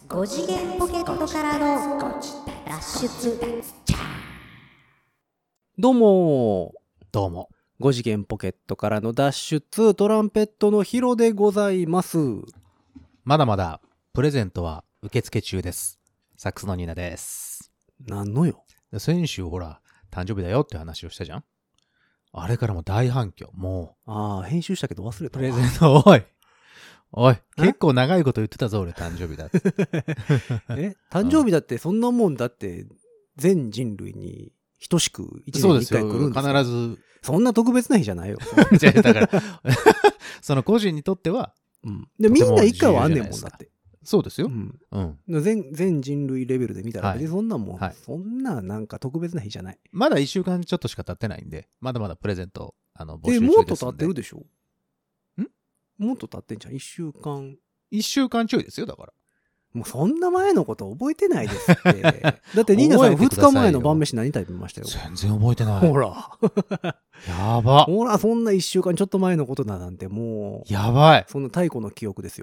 5次元ポケットからの脱出。 どうも 5 次元ポケットからの脱出、トランペットのヒロでございます。 まだまだプレゼントは受付中です。サックスのニーナです。 なんのよ。 先週ほら誕生日だよって話をしたじゃん。あれからも大反響。もああ、編集したけど忘れうたプレゼントおい結構長いこと言ってたぞ俺誕生日だって。 誕生日だってそんなもんだって全人類に等しく1年に1回来るんですよ。 必ず。 そんな特別な日じゃないよ。 じゃあだからその個人にとっては、 でみんな1回はあんねんもんだって。 そうですよ。 全人類レベルで見たら別にそんなもん、 はい、 そんななんか特別な日じゃない。 まだ1週間ちょっとしか経ってないんで、まだまだプレゼント募集中ですんで。 もっと経ってるでしょ。もっと経ってんじゃん。1週間。 1週間ちょいですよ、だから。 もうそんな前のこと覚えてないですって。だってニーナさん2日前の晩飯何食べましたよ。 全然覚えてない。 ほら。 やば。 ほら、そんな1週間ちょっと前のことだなんてもう。 やばい。 そんな太古の記憶ですよ。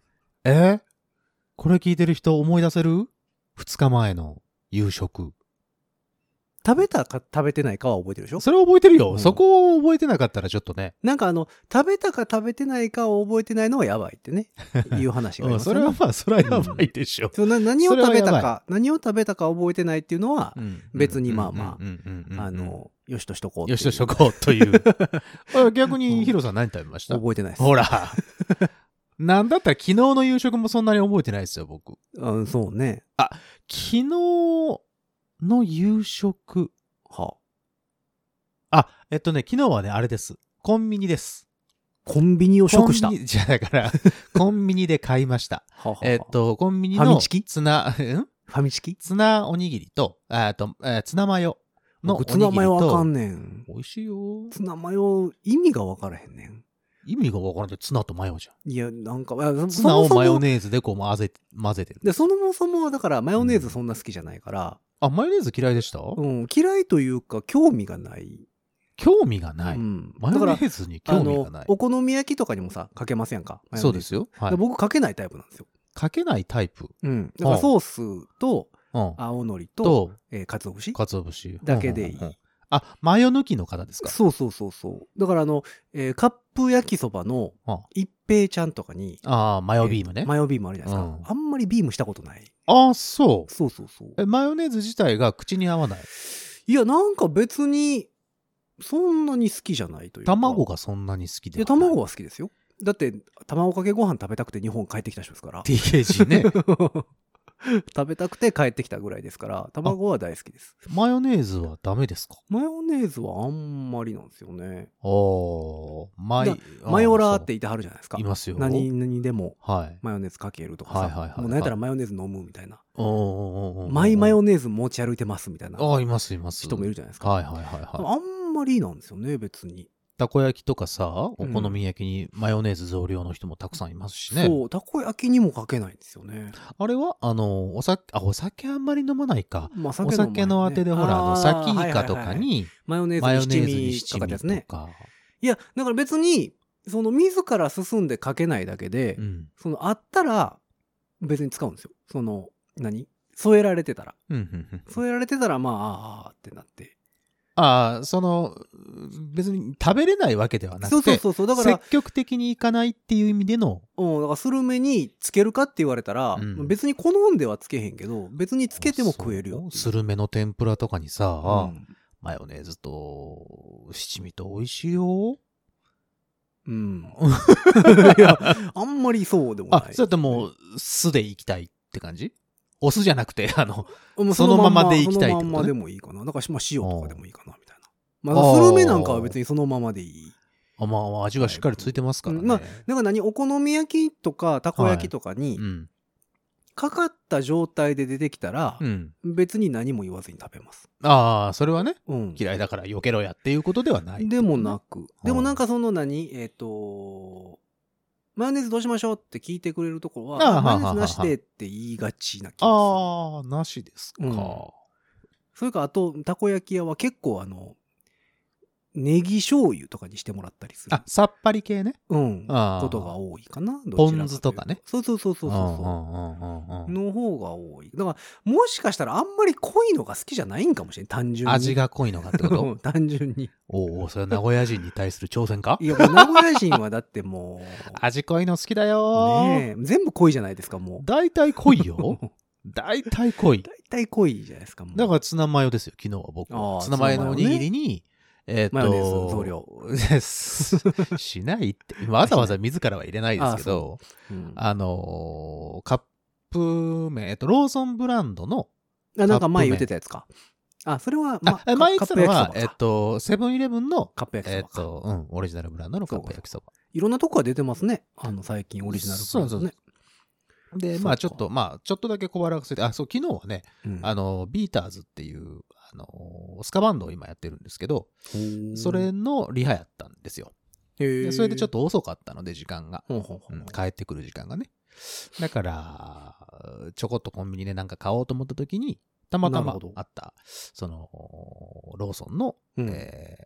これ聞いてる人思い出せる ?2 日前の夕食。 食べたか食べてないかは覚えてるでしょ。 それは覚えてるよ。そこを覚えてなかったらちょっとね。 なんか食べたか食べてないかを覚えてないのはやばいってね。いう話がありますよね。 それはまあ、それはやばいでしょ。 何を食べたか覚えてないっていうのは、別にまあまあ、よしとしとこう。 よしとしとこうという。逆にヒロさん何食べました？ 覚えてないです。 ほら。なんだったら昨日の夕食もそんなに覚えてないですよ、僕。 そうね。 昨日の夕食。昨日はね、あれです。コンビニです。 コンビニを食した。 じゃあだから、コンビニで買いました。コンビニのファミチキファミチキツナおにぎりと、ツナマヨのおにぎりと。 ツナマヨわかんねん。 美味しいよ。 ツナマヨ、意味がわからへんねん。 意味がわからんでツナとマヨじゃん。 いや、なんか、 ツナをマヨネーズでこう混ぜてる。 で、そもそもだからマヨネーズそんな好きじゃないから。 マヨネーズ嫌いでした？ 嫌いというか、興味がない。 興味がない。マヨネーズに興味がない。 お好み焼きとかにもさ、かけませんか？ そうですよ。 僕かけないタイプなんですよ。 かけないタイプ？ だからソースと、青のりと、鰹節だけでいい。 マヨ抜きの方ですか？ そう。だからカップ焼きそばの一平ちゃんとかに。 マヨビームね。 マヨビームあるじゃないですか。あんまりビームしたことない。 そう。 そう。 マヨネーズ自体が口に合わない？ いや、なんか別に、そんなに好きじゃないというか。 卵がそんなに好きではない。 卵は好きですよ。だって、卵かけご飯食べたくて日本帰ってきた人ですから。 TKG ね。 食べたくて帰ってきたぐらいですから、卵は大好きです。 マヨネーズはダメですか？ マヨネーズはあんまりなんですよね。 マヨラーって言ってはるじゃないですか。 いますよ。 何でもマヨネーズかけるとかさ。もう何やったらマヨネーズ飲むみたいな。マイマヨネーズ持ち歩いてますみたいな。 います。 人もいるじゃないですか。あんまりなんですよね、別に。 たこ焼きとかさ、お好み焼きにマヨネーズ増量の人もたくさんいますしね。 そう、たこ焼きにもかけないんですよね。 あれはお酒あんまり飲まないか。お酒のあてでほら、サキイカとかにマヨネーズに七味とか。いや、だから別に、自ら進んでかけないだけで、あったら別に使うんですよ。添えられてたら。添えられてたら、まあ、ってなって。 別に食べれないわけではなくて、 そう。だから、 積極的にいかないっていう意味での。 だからスルメにつけるかって言われたら、別に好んではつけへんけど、別につけても食えるよ。 スルメの天ぷらとかにさ、マヨネーズと七味と美味しいよ。 いや、あんまりそうでもない。 そうやってもう、酢でいきたいって感じ？お酢じゃなくて、そのままでいきたいってことね。 そのままでもいいかな。だから、塩とかでもいいかな、みたいな。スルメなんかは別にそのままでいい。 味がしっかりついてますからね。 だからお好み焼きとか、たこ焼きとかに、かかった状態で出てきたら、別に何も言わずに食べます。 それはね、嫌いだから避けろやっていうことではない。 でもなく。でもなんかマヨネーズどうしましょうって聞いてくれるところは、マヨネーズなしでって言いがちな気がする。 なしですか。 それか、あと、たこ焼き屋は結構ネギ醤油とかにしてもらったりする。 あ、さっぱり系ね。 うん。ことが多いかな。 ポン酢とかね。 そうの方が多い。だから、もしかしたらあんまり濃いのが好きじゃないんかもしれん。単純に。 味が濃いのがってこと単純に。 おお、それは名古屋人に対する挑戦か？ いや、もう名古屋人はだってもう。 味濃いの好きだよ。 ねえ。全部濃いじゃないですか、もう。 大体濃いよ。大体濃い。 大体濃いじゃないですか、もう。 だからツナマヨですよ、昨日は僕は。ツナマヨのおにぎりに、 マヨネーズ増量しないって。わざわざ自らは入れないですけど、カップ麺、ローソンブランドの。 なんか前言ってたやつか。あ、それは、 前言ってたのは、セブンイレブンの、 カップ焼きそば。 オリジナルブランドのカップ焼きそば。 いろんなとこが出てますね。最近オリジナルブランドね。 で、ちょっとだけ小腹が空いて、昨日はね、ビーターズっていう、スカバンドを今やってるんですけど、それのリハやったんですよ。でそれでちょっと遅かったので、時間が。帰ってくる時間がね。だから、ちょこっとコンビニでなんか買おうと思った時に、たまたまあった、ローソンの、塩ラ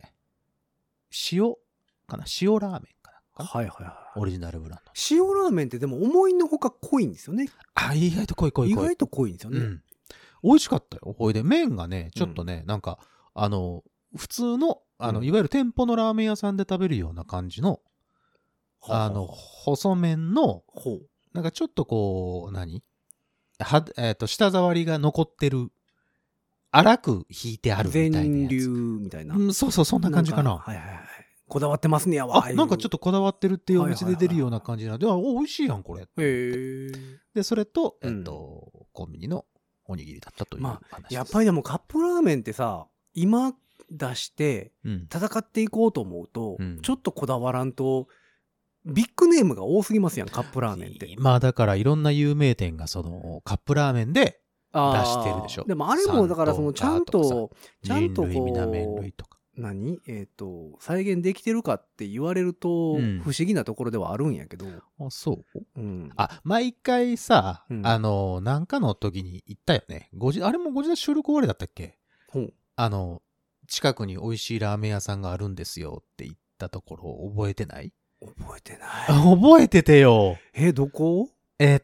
ーメンかな。 はいはいはい。 オリジナルブランド。 塩ラーメンってでも思いのほか濃いんですよね。 意外と濃い。 意外と濃いんですよね。 美味しかったよ。ほいで、麺がね、ちょっとね、なんか、普通の、いわゆる店舗のラーメン屋さんで食べるような感じの、細麺の、なんかちょっとこう、舌触りが残ってる、粗く引いてあるみたいなやつ。 全粒みたいな。 そう、そんな感じかな。 はいはいはい。こだわってますねやわ。なんかちょっとこだわってるっていうお店で出るような感じなんで、美味しいやん、これ。で、それと、コンビニのおにぎりだったという話です。 やっぱりでもカップラーメンってさ、今出して戦っていこうと思うと、ちょっとこだわらんと、ビッグネームが多すぎますやん、カップラーメンって。 だからいろんな有名店がそのカップラーメンで出してるでしょ。 でもあれもだからそのちゃんとこう、 麺類とか。 再現できてるかって言われると、不思議なところではあるんやけど。 そう？毎回さ、なんかの時に行ったよね。あれもご自宅収録終わりだったっけ？近くに美味しいラーメン屋さんがあるんですよって言ったところ覚えてない？ 覚えてない。 覚えててよ。 どこ？ 歩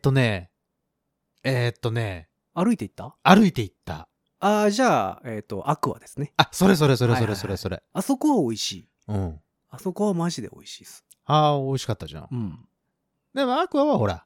いて行った？ 歩いて行った。 じゃあ、アクアですね。 それ。 あそこは美味しい。あそこはマジで美味しいです。 美味しかったじゃん。でもアクアはほら、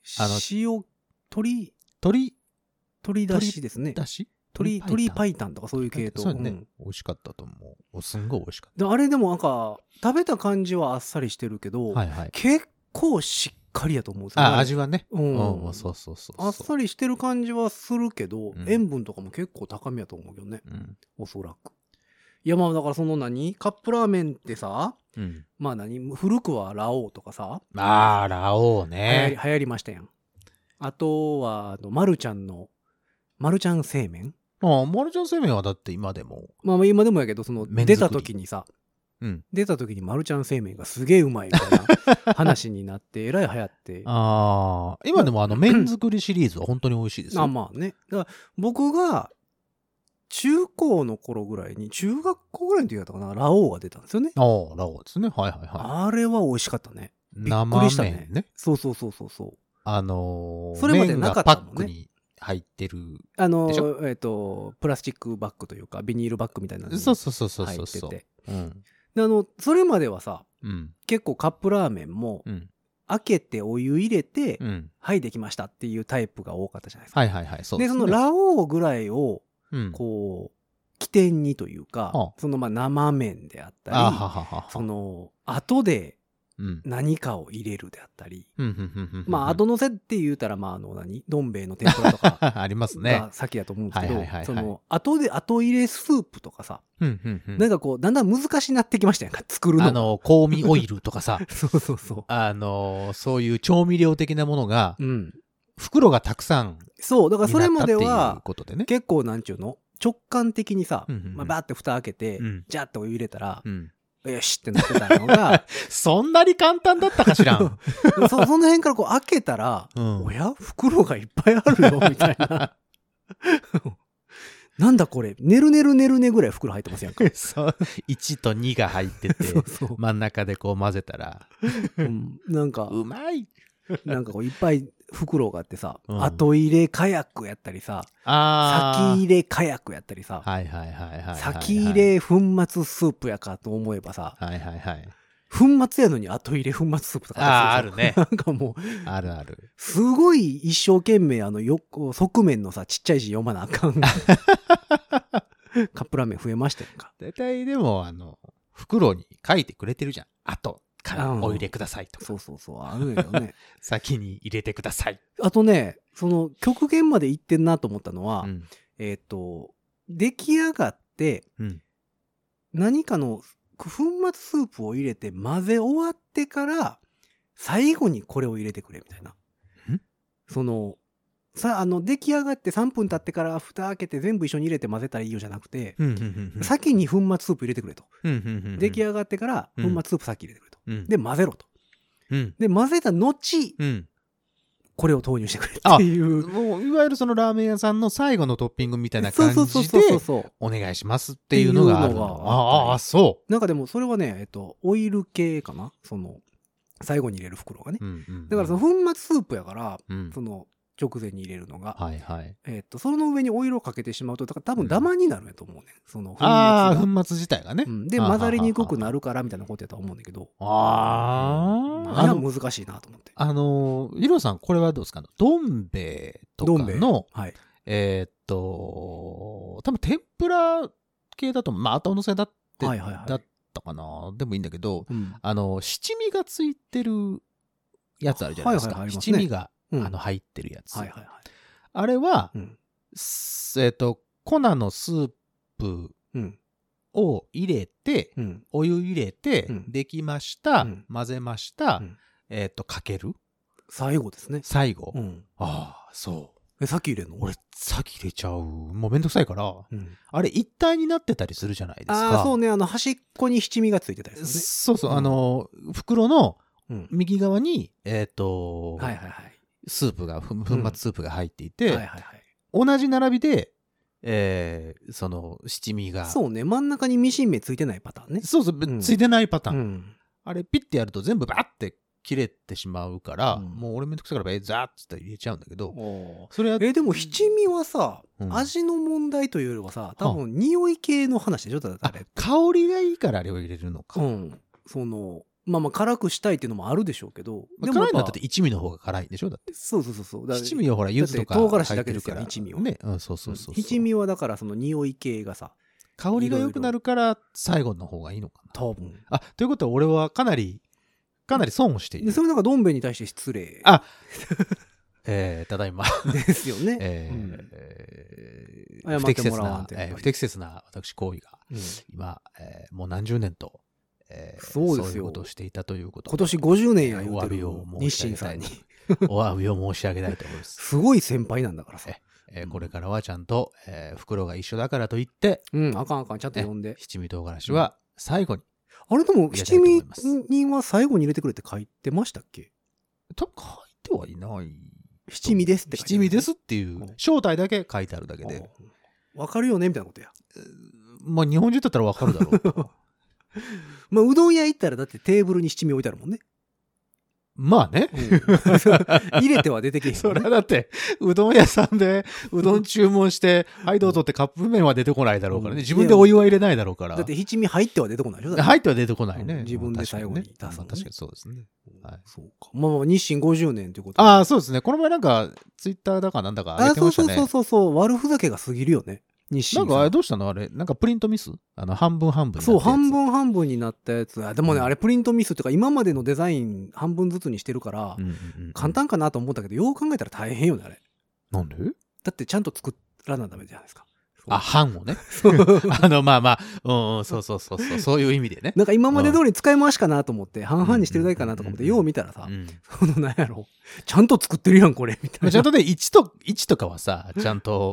鶏だしですね。鶏白湯とかそういう系統。 そうね。美味しかったと思う。すんごい美味しかった。 あれでもなんか、食べた感じはあっさりしてるけど、結構しっかりやと思うんですよね。 味はね。そう。 あっさりしてる感じはするけど、塩分とかも結構高めやと思うけどね。おそらく。いやだからそのカップラーメンってさ、古くはラオウとかさ。 ラオウね。 流行りましたやん。あとは、マルちゃん製麺。 マルちゃん製麺はだって今でも。 今でもやけど、出た時にさ、出た時にマルちゃん製麺がすげえうまいみたいな話になって、えらい流行って。 今でも麺作りシリーズは本当に美味しいですよ。 ね。だから僕が中高の頃ぐらいに、中学校ぐらいの時だったかな、ラオウが出たんですよね。 ラオウですね。はい。 あれは美味しかったね。びっくりしたね。そう。それまでなかったもんね。 パックに入ってる。 プラスチックバッグというか、ビニールバッグみたいなのに入ってて。それまではさ、結構カップラーメンも、開けてお湯入れて、はいできましたっていうタイプが多かったじゃないですか。で、そのラオウぐらいを、こう、起点にというか、生麺であったり、後で何かを入れるであったり、後乗せって言うたら、どん兵衛の天ぷらとか、 ありますね。 が先やと思うんですけど、後入れスープとかさ、なんかこう、だんだん難しになってきましたやんか、作るの。 香味オイルとかさ、 そう。 そういう調味料的なものが、袋がたくさん。 そう、だからそれまでは、結構なんちゅうの直感的にさ、バーって蓋開けて、ジャーってお湯入れたら、よしってなってたのが、 そんなに簡単だったかしらん。 その辺からこう開けたら、おや袋がいっぱいあるよ、みたいな。 なんだこれ、ねるねるねるねぐらい袋入ってますやんか。 そう。1と2が入ってて、 そうそう真ん中でこう混ぜたら、 なんか、 うまい。 なんかこういっぱい袋があってさ、 うん、 後入れカヤックやったりさ、先入れカヤックやったりさ、 はいはいはいはい、はい。 先入れ粉末スープやかと思えばさ、 はいはいはい。 粉末やのに後入れ粉末スープとかあるね。 なんかもう、 あるある。 すごい一生懸命側面のさ、ちっちゃい字読まなあかん。カップラーメン増えましたやんか。 大体でも袋に書いてくれてるじゃん。後からお入れくださいとか。 そうそうそう、あるんよね。 先に入れてください。 あとね、その極限までいってんなと思ったのは、出来上がって、何かの粉末スープを入れて混ぜ終わってから最後にこれを入れてくれみたいな。その出来上がって3分経ってから蓋開けて全部一緒に入れて混ぜたらいいよじゃなくて、先に粉末スープ入れてくれと。出来上がってから粉末スープ先入れてくれと。で混ぜろと。で混ぜた後、これを投入してくれっていう。 もういわゆるそのラーメン屋さんの最後のトッピングみたいな感じでお願いしますっていうのがあるの。ああ、そう。 なんかでもそれはね、オイル系かな、その最後に入れる袋がね。だからその粉末スープやから、その直前に入れるのが、 はいはい。 その上にオイルをかけてしまうと、だから多分ダマになるんやと思うね。その粉末が。 ああ、粉末自体がね。 で、混ざりにくくなるからみたいなことやと思うんだけど。 ああ。難しいなと思って。 ヒロさん、これはどうですか？どん兵衛とかの、 はい。 多分天ぷら系だと、まあ、後乗せだって、だったかな。でもいいんだけど、七味がついてるやつあるじゃないですか。七味が、入ってるやつ。あれは、粉のスープを入れて、お湯入れて、できました、混ぜました、かける最後ですね。 最後。ああ、そう。 先入れんの？ 俺、先入れちゃう。もうめんどくさいから、あれ一体になってたりするじゃないですか。 ああ、そうね。端っこに七味がついてたりするね。 そうそう。袋の右側に、スープが、粉末スープが入っていて、同じ並びで、その七味が。 そうね。真ん中にミシン目ついてないパターンね。 そうそう、ついてないパターン。あれ、ピッてやると全部バーって切れてしまうから、もう俺めんどくさいからザーッつって入れちゃうんだけど、 それでも七味はさ、味の問題というよりはさ、多分匂い系の話でしょ？だってあれ。 香りがいいからあれを入れるのか。 まあ辛くしたいっていうのもあるでしょうけど。 辛いのはだって一味の方が辛いんでしょ？だって。 そう。 七味はほら、柚子とか唐辛子だけですから、一味は。 ね。そう。 七味はだからその匂い系がさ、 香りが良くなるから最後の方がいいのかな。 多分。 ということは俺はかなり損をしている。 それなんかどん兵衛に対して失礼。 ただいま。 ですよね。 不適切な私行為が、今、もう何十年と、 そうですよ。 そういうことをしていたということ。 今年50年やお詫びを日清さんに。 お詫びを申し上げたいと思います。 すごい先輩なんだからさ。 これからはちゃんと、袋が一緒だからといって、 あかん、ちゃんと読んで。 七味唐辛子は最後に。 あれでも、七味には最後に入れてくれって書いてましたっけ？ 多分書いてはいない。 七味ですって書いてある。 七味ですっていう正体だけ書いてあるだけで。 わかるよねみたいなことや。 まあ日本人だったらわかるだろうと。 まあうどん屋行ったらだってテーブルに七味置いてあるもんね。 まあね。 入れては出てけへん、ね。 それはだって、うどん屋さんでうどん注文して、はいどうぞってカップ麺は出てこないだろうからね。自分でお湯は入れないだろうから。 だって七味入っては出てこないでしょ？ 入っては出てこないね。 自分で最後に出すの、 確かにそうですね。 そうか。まあ日清50年ということで。そうですね。この前なんか、ツイッターだかなんだか上げてましたね。 そう。悪ふざけが過ぎるよね。 なんかあれどうしたの？あれなんかプリントミス？半分半分。 そう、半分になったやつ。でもね、あれプリントミスっていうか今までのデザイン半分ずつにしてるから、簡単かなと思ったけど、よう考えたら大変よね、あれ。 なんで？ だってちゃんと作らなダメじゃないですか。 半をね。まあ、そういう意味でね。 なんか今まで通り使い回しかなと思って、半々にしてるだけかなと思って、よう見たらさ、なんやろ。ちゃんと作ってるやん、これ、みたいな。 ちゃんとね、1とかはさ、ちゃんと、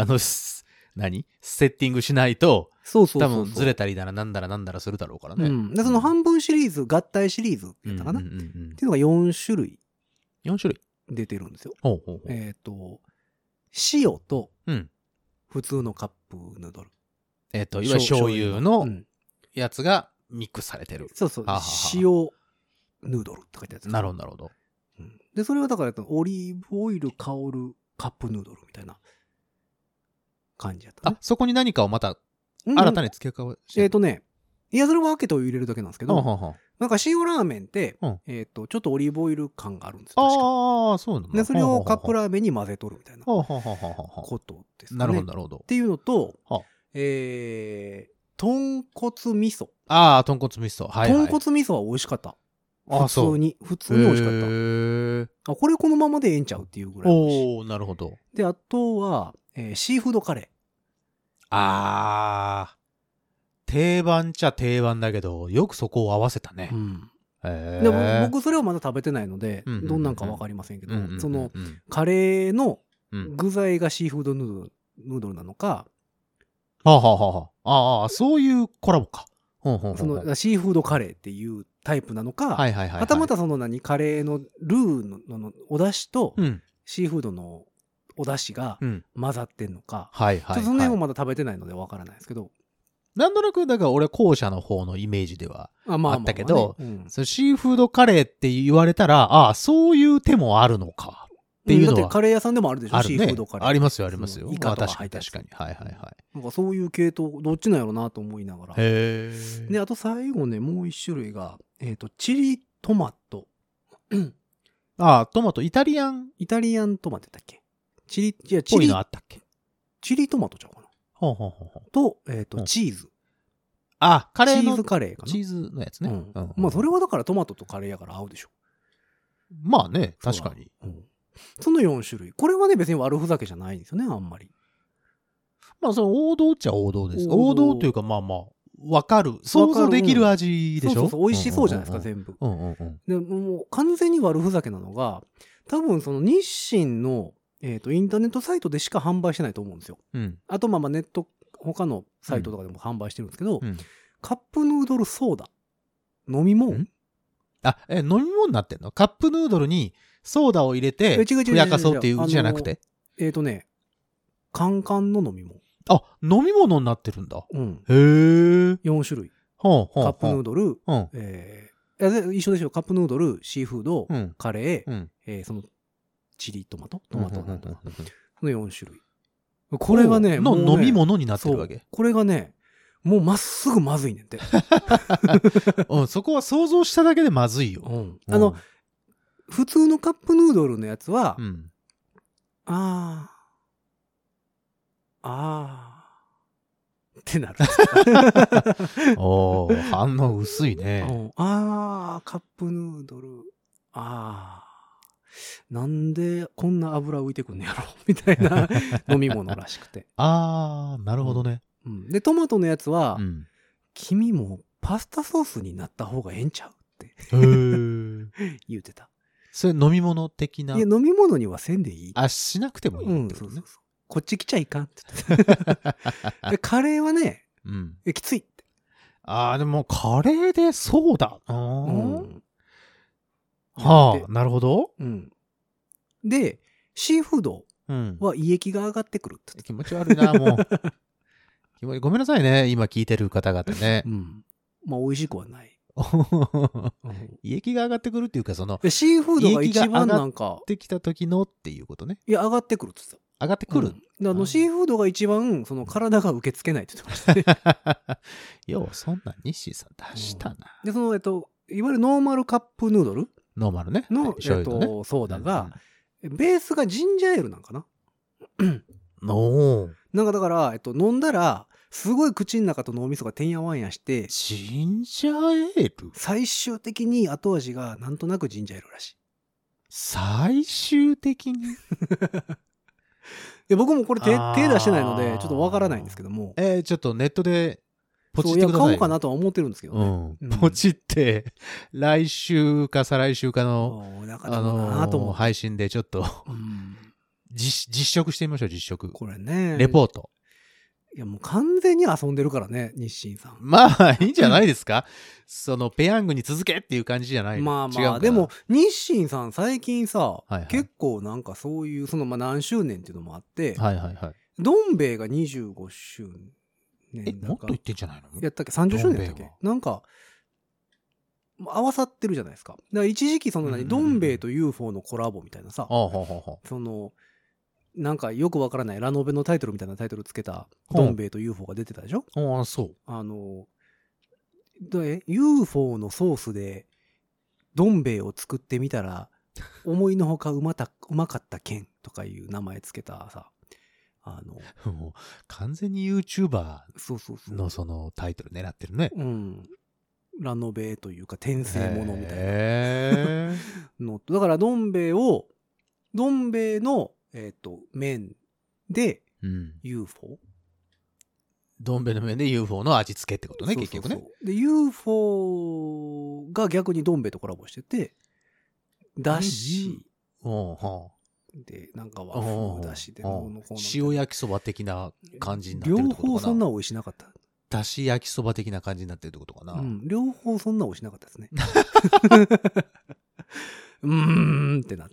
セッティングしないと、多分ずれたりだらなんだらするだろうからね。 で、その半分シリーズ、合体シリーズやったかなっていうのが4種類。 4種類出てるんですよ。 ほう。 塩と、 普通のカップヌードル。 いわゆる醤油のやつがミックスされてる。 そうそう。塩ヌードルって書いてあるやつ。 なるほど、なるほど。 で、それはだからオリーブオイル香るカップヌードルみたいな感じやった、ね。 そこに何かをまた新たに付け替えて。いや、それは開けと入れるだけなんですけど、なんか塩ラーメンって、ちょっとオリーブオイル感があるんですよ。 ああ、そうなんだ。 で、それをカップラーメンに混ぜとるみたいなことですね。 なるほど、なるほど。 っていうのと、豚骨味噌。 豚骨味噌。 豚骨味噌は美味しかった。普通に美味しかった。これこのままでええんちゃうっていうぐらい。 なるほど。 で、あとは、シーフードカレー。定番っちゃ定番だけど、よくそこを合わせたね。 でも僕それをまだ食べてないので、どんなんかわかりませんけど、その、カレーの具材がシーフードヌードルなのか、 そういうコラボか。 そのシーフードカレーっていうタイプなのか、はたまたそのカレーのルーのお出汁と、シーフードのお出汁が混ざってんのか、ちょっとその辺もまだ食べてないのでわからないですけど、 なんとなく、だから俺後者の方のイメージではあったけど、シーフードカレーって言われたら、そういう手もあるのかっていうのは。 だってカレー屋さんでもあるでしょ、シーフードカレー。 ありますよ、ありますよ。 イカとか入ったやつ。 確かに。 なんかそういう系統、どっちなんやろうなと思いながら。で、あと最後ね、もう一種類が、チリトマト。 トマト、イタリアントマトだっけ？チリのあったっけ？ チリトマトちゃうかな。と、チーズ。 カレーの。 チーズカレーかな。 チーズのやつね。 まあ、それはだからトマトとカレーやから合うでしょ。 まあね、確かに。 その4種類。これはね、別に悪ふざけじゃないんですよね、あんまり。 まあ、その王道っちゃ王道です。王道というか、まあまあ、わかる。想像できる味でしょ？ そう、美味しそうじゃないですか、全部。で、もう完全に悪ふざけなのが、多分その日清の、インターネットサイトでしか販売してないと思うんですよ。あと、まあネット、他のサイトとかでも販売してるんですけど、カップヌードルソーダ。飲み物？ 飲み物になってんの？カップヌードルにソーダを入れて、ふやかそうっていうじゃなくて？ カンカンの飲み物。 飲み物になってるんだ。へ 4種類。カップヌードル、一緒でしょ。カップヌードル、シーフード、カレー、その、チリトマト、その4種類。これがね、 飲み物になってるわけ。 これがね、もうまっすぐまずいねんて。 そこは想像しただけでまずいよ。 普通のカップヌードルのやつは、ってなる。 反応薄いね。 カップヌードル、なんでこんな油浮いてくんのやろみたいな飲み物らしくて。 なるほどね。 で、トマトのやつは、君もパスタソースになった方がええんちゃうって言うてた。 それ飲み物的な？ いや、飲み物にはせんでいい。 しなくてもいいってことね。 こっち来ちゃいかんって言ってた。で、カレーはね、きついって。 でもカレーでそうだ。なるほど。 で、シーフードは胃液が上がってくるって。 気持ち悪いな、もう。ごめんなさいね、今聞いてる方々ね。 まあ、美味しくはない。 胃液が上がってくるっていうか、その、 シーフードが一番なんか。 上がってきた時のっていうことね。 いや、上がってくるって言ってた。 上がってくる。 シーフードが一番、その体が受け付けないって言ってましたね。 よう、そんな日清さん出したな。 で、その、いわゆるノーマルカップヌードルノーマルね。 の、ソーダが、ベースがジンジャーエールなんかな。なんかだから、飲んだら、すごい口の中と脳みそがてんやわんやして、 ジンジャーエール？ 最終的に後味がなんとなくジンジャーエールらしい。 最終的に僕もこれ手出してないので、ちょっとわからないんですけども。 ちょっとネットでポチってください。 買おうかなとは思ってるんですけどね。 ポチって、来週か再来週かの、配信でちょっと、実食してみましょう、実食。 これね。 レポート。 いや、もう完全に遊んでるからね、日清さん。 まあ、いいんじゃないですか。その、ペヤングに続けっていう感じじゃない。 まあ、でも、日清さん最近さ、結構なんかそういう、何周年っていうのもあって、 どん兵衛が25周年だか。 もっと言ってんじゃないの？ やったっけ ?30 周年だったっけ？なんか、合わさってるじゃないですか。だから一時期そのどん兵衛と UFO のコラボみたいなさ、その、なんかよくわからないラノベのタイトルみたいなタイトルつけたどん兵衛と UFO が出てたでしょ？ ああ、そう。 UFO のソースでどん兵衛を作ってみたら、思いのほかうまかった剣とかいう名前つけたさ、 もう完全に YouTuber のそのタイトル狙ってるね。 うん。ラノベというか転生ものみたいなの。だからどん兵衛の、麺で UFO、 どん兵衛の麺で UFO の味付けってことね、結局ね。 で、UFO が逆にどん兵衛とコラボしてて、だし、で、なんか和風だしで、 塩焼きそば的な感じになってるってことかな。 両方そんな美味しなかった。 だし焼きそば的な感じになってるってことかな。 うん、両方そんな美味しなかったですね。ってなった。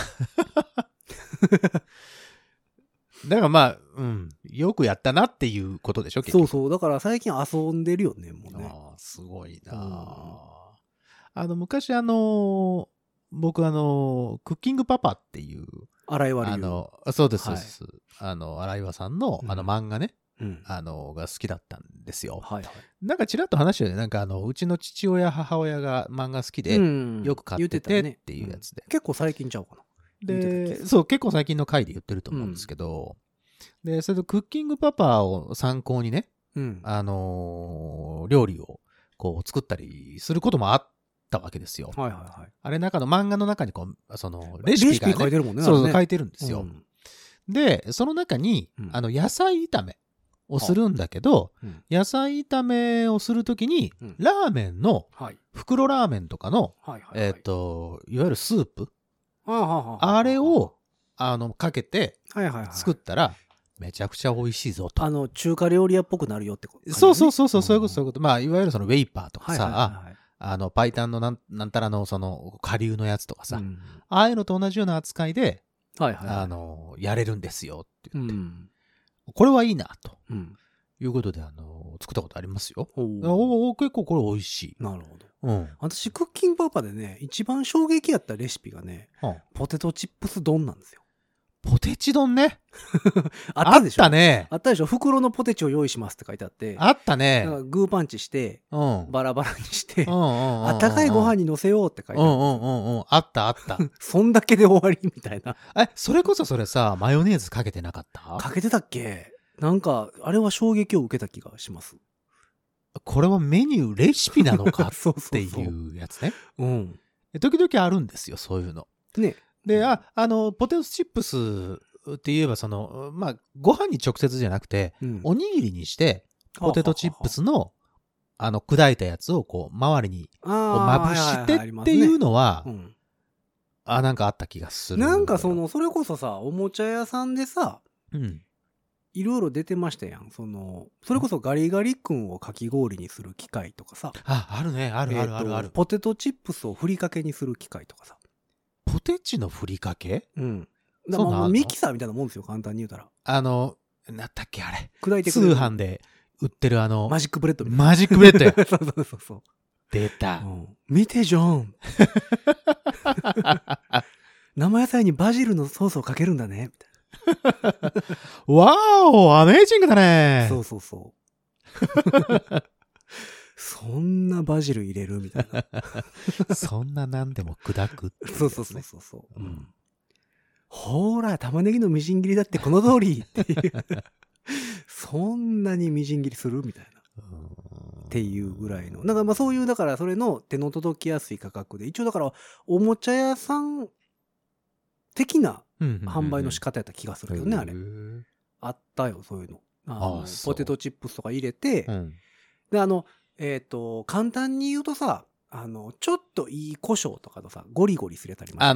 だからまあ、よくやったなっていうことでしょ、結局。 そうそう。だから最近遊んでるよね、もうね。 ああ、すごいな。昔僕クッキングパパっていう。 荒岩流。 そうです、そうです。荒岩さんの漫画ね。が好きだったんですよ。はいはい。なんかちらっと話したよね。なんかうちの父親、母親が漫画好きで、よく買っててっていうやつで。 結構最近ちゃうかな。 で、そう、結構最近の回で言ってると思うんですけど、で、それとクッキングパパを参考にね、料理をこう作ったりすることもあったわけですよ。はいはいはい。あれ中の漫画の中にレシピが、ね、 書いてるもんね。 そう、書いてるんですよ。で、その中に、野菜炒めをするんだけど、野菜炒めをするときに、ラーメンの、袋ラーメンとかの、いわゆるスープ、あれを、かけて、作ったら、めちゃくちゃ美味しいぞと。 中華料理屋っぽくなるよってこと、 ね。そうそうそう、そういうこと。まあ、いわゆるそのウェイパーとかさ、パイタンのなんたらのその、顆粒のやつとかさ、ああいうのと同じような扱いで、やれるんですよって言って。これはいいな、ということで、作ったことありますよ。結構これ美味しい。 なるほど。私、クッキングパパでね、一番衝撃やったレシピがね、ポテトチップス丼なんですよ。 ポテチ丼ね。 あったでしょ？ あったね。 あったでしょ？袋のポテチを用意しますって書いてあって。 あったね。 グーパンチして、バラバラにして、あったかいご飯に乗せようって書いてある。 あったあった。 そんだけで終わりみたいな。 それこそそれさ、マヨネーズかけてなかった？ かけてたっけ？なんか、あれは衝撃を受けた気がします。 これはメニュー、レシピなのかっていうやつね。時々あるんですよ、そういうの。ね。で、ポテトチップスって言えば、まあ、ご飯に直接じゃなくて、おにぎりにして、ポテトチップスの、砕いたやつをこう、周りにまぶしてっていうのは、なんかあった気がする。 なんかそれこそさ、おもちゃ屋さんでさ、いろいろ出てましたやん。それこそガリガリ君をかき氷にする機械とかさ。 あるね。ある。 ポテトチップスをふりかけにする機械とかさ。 ポテチのふりかけ？ ミキサーみたいなもんですよ、簡単に言うたら。 なんだっけあれ。 砕いてくれる。通販で売ってるマジックブレッドみたいな。 マジックブレッドや。 そう。 出た。 見て、ジョン。生野菜にバジルのソースをかけるんだね。みたいな。 わーお、アメージングだね。 そう。そんなバジル入れるみたいな。 そんな何でも砕くっていう、 ね。そう。ほら、玉ねぎのみじん切りだってこの通りっていう。そんなにみじん切りするみたいな。っていうぐらいの。だからまあそういう、だからそれの手の届きやすい価格で、一応だからおもちゃ屋さん的な販売の仕方やった気がするけどね、あれ。あったよ、そういうの。ポテトチップスとか入れて、で、簡単に言うとさ、ちょっといい胡椒とかのさ、ゴリゴリするやつあります。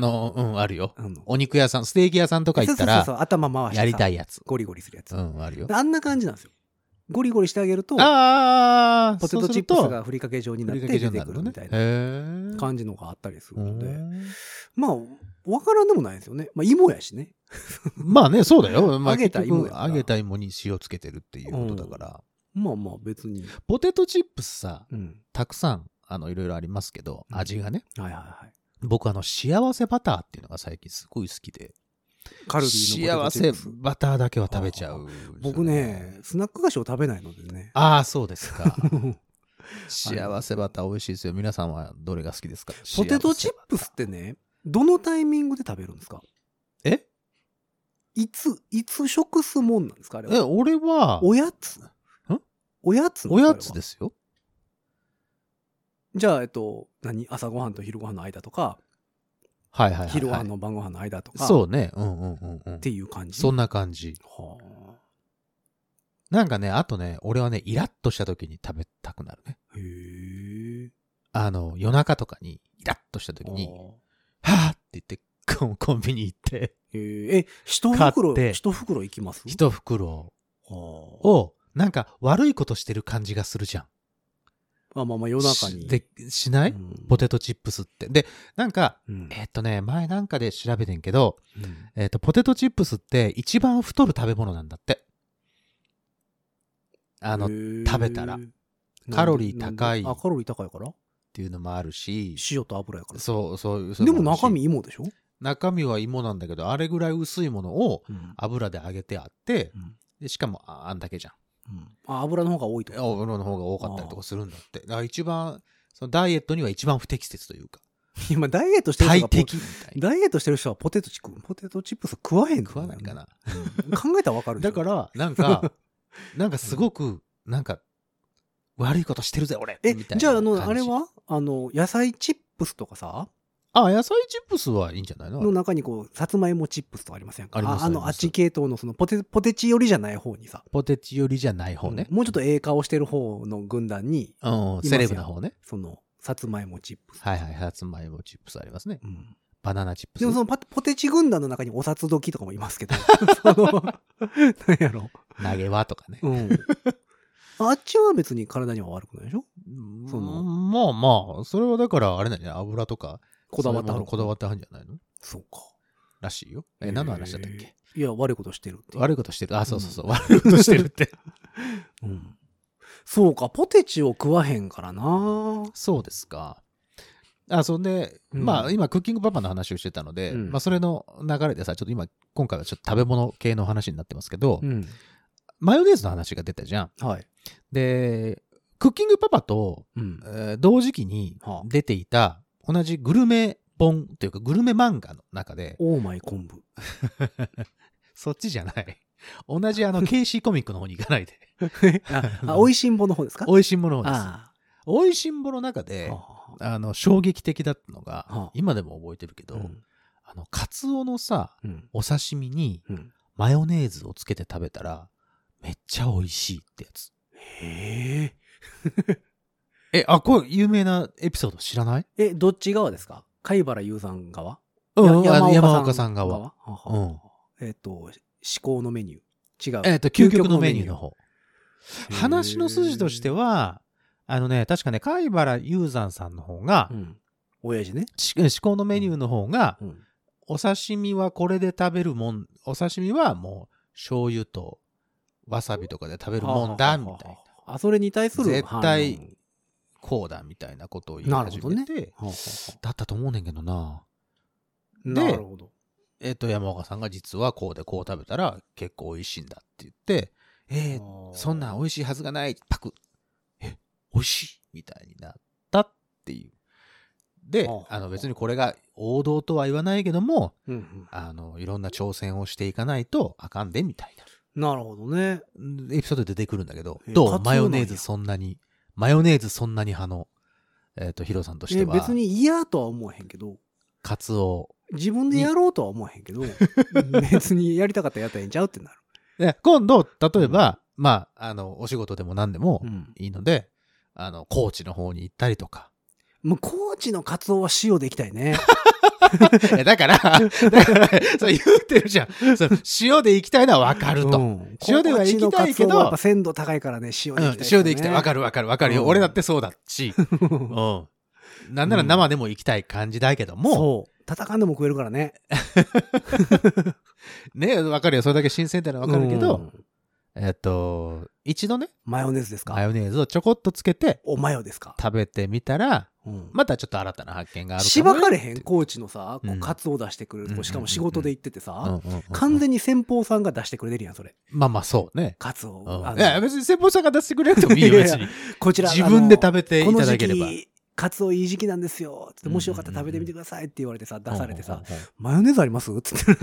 あるよ。お肉屋さん、ステーキ屋さんとか行ったら、 頭回してやりたいやつ。 ゴリゴリするやつ。 あるよ。 あんな感じなんですよ。 ゴリゴリしてあげると、 ああ、 ポテトチップスがふりかけ状になって出てくるみたいな感じのがあったりするので、まあ、わからんでもないですよね。まあ、芋やしね。 まあね、そうだよ。まあ、 揚げた芋や揚げた芋に塩つけてるっていうことだから。 まあまあ、別に。 ポテトチップスさ、たくさん、いろいろありますけど、味がね。 はいはいはい。 僕、幸せバターっていうのが最近すごい好きで。 カルビーのポテトチップス。 幸せバターだけは食べちゃう。 僕ね、スナック菓子を食べないのでね。 ああ、そうですか。幸せバター美味しいですよ。皆さんはどれが好きですか？ ポテトチップスってね、どのタイミングで食べるんですか？いつ食すもんなんですか？あれは。 俺は。 おやつ？おやつですよ。 じゃあ、朝ごはんと昼ごはんの間とか、 はいはいはい、 昼ごはんの晩ごはんの間とか。 そうね。 っていう感じ。 そんな感じ。はあ。なんかね、あとね、俺はね、イラッとした時に食べたくなるね。 へえ。 夜中とかに、イラッとした時に、はぁって言って、コンビニ行って。 一袋いきます？ 一袋を、なんか悪いことしてる感じがするじゃん。 まあ夜中に。 しない、ポテトチップスって。で、なんか、前なんかで調べてんけど、ポテトチップスって一番太る食べ物なんだって。食べたら。カロリー高い。 カロリー高いからっていうのもあるし。 塩と油やから。 そう。 でも中身芋でしょ？ 中身は芋なんだけど、あれぐらい薄いものを油で揚げてあって、でしかもあんだけじゃん。 油の方が多いとか。 油の方が多かったりとかするんだって。だから一番、そのダイエットには一番不適切というか。 今、ダイエットしてる人が大敵みたいな。 ダイエットしてる人はポテトチップス食わへんの？ 食わないかな。 考えたらわかるでしょ。 だから、なんかすごく、なんか、悪いことしてるぜ、俺みたいな感じ。 じゃあ、あれは野菜チップスとかさ、 野菜チップスはいいんじゃないの？ の中にさつまいもチップスとかありませんか？あっち系統のポテチ寄りじゃない方にさ。 ポテチ寄りじゃない方ね。 もうちょっと顔してる方の軍団に。 セレブな方ね。 さつまいもチップス。 はいはい、さつまいもチップスありますね。バナナチップス。 でもポテチ軍団の中にお札時とかもいますけど。何やろ。 投げ輪とかね。 あっちは別に体には悪くないでしょ？ まあ、それはだから、あれだね、油とか。こだわってはるんじゃないの？そうか。らしいよ。何の話だったっけ？ いや、悪いことしてるって。 悪いことしてる。そう。悪いことしてるって。 そうか、ポテチを食わへんからな。 そうですか。そんで、まあ、今、クッキングパパの話をしてたので、まあ、それの流れでさ、ちょっと今回はちょっと食べ物系の話になってますけど、マヨネーズの話が出たじゃん。はい。で、クッキングパパと、同時期に出ていた、同じグルメ本というかグルメ漫画の中で。 オーマイ昆布。 そっちじゃない。同じKC コミックの方に行かないで。 おいしんぼの方ですか？ おいしんぼの方です。おいしんぼの中で、衝撃的だったのが、今でも覚えてるけど、カツオのさ、お刺身にマヨネーズをつけて食べたら、めっちゃ美味しいってやつ。 へえ。 これ有名なエピソード知らない？ どっち側ですか？貝原雄山側？ 山岡さん側。 至高のメニュー。違う。 究極のメニューの方。話の筋としては、確かね、貝原雄山さんの方が、 親父ね。 至高のメニューの方が、お刺身はこれで食べるもん、お刺身はもう醤油とわさびとかで食べるもんだ、みたいな。 それに対する絶対、こうだみたいなことを言い始めて、だったと思うねんけどな。 なるほど。 山岡さんが実はこうでこう食べたら結構美味しいんだって言って、そんな美味しいはずがない、パク。美味しいみたいになったっていう。で、別にこれが王道とは言わないけども、いろんな挑戦をしていかないとあかんでみたいな。なるほどね。 エピソード出てくるんだけど、どう？マヨネーズそんなに派の、ヒロさんとしては。 別に嫌とは思わへんけど。 カツオ。 自分でやろうとは思わへんけど、別にやりたかったらやったらええんちゃうってなる。 今度、例えば、まあ、お仕事でも何でもいいので、高知の方に行ったりとか。 もう高知のカツオは塩でいきたいね。 だから、そう言ってるじゃん。塩で行きたいのはわかると。塩では行きたいけど。 やっぱ鮮度高いからね、塩で行きたい、ね。 塩で行きたい。わかるよ。俺だってそうだし。なんなら生でも行きたい感じだけども。 そう。戦んでも食えるからね。 ね、わかるよ。それだけ新鮮ってのはわかるけど、一度ね。 マヨネーズですか？ マヨネーズをちょこっとつけて。 おマヨですか？ 食べてみたら、またちょっと新たな発見があるかも。 しばかれへん高知のさ、カツを出してくれる。しかも仕事で行っててさ、完全に先方さんが出してくれてるやん、それ。 まあそうね。 カツを。 いや、別に先方さんが出してくれなくてもいいよ、別に。 こちら。 自分で食べていただければ。 カツオいい時期なんですよ。つって、もしよかったら食べてみてくださいって言われてさ、出されてさ、マヨネーズありますつって。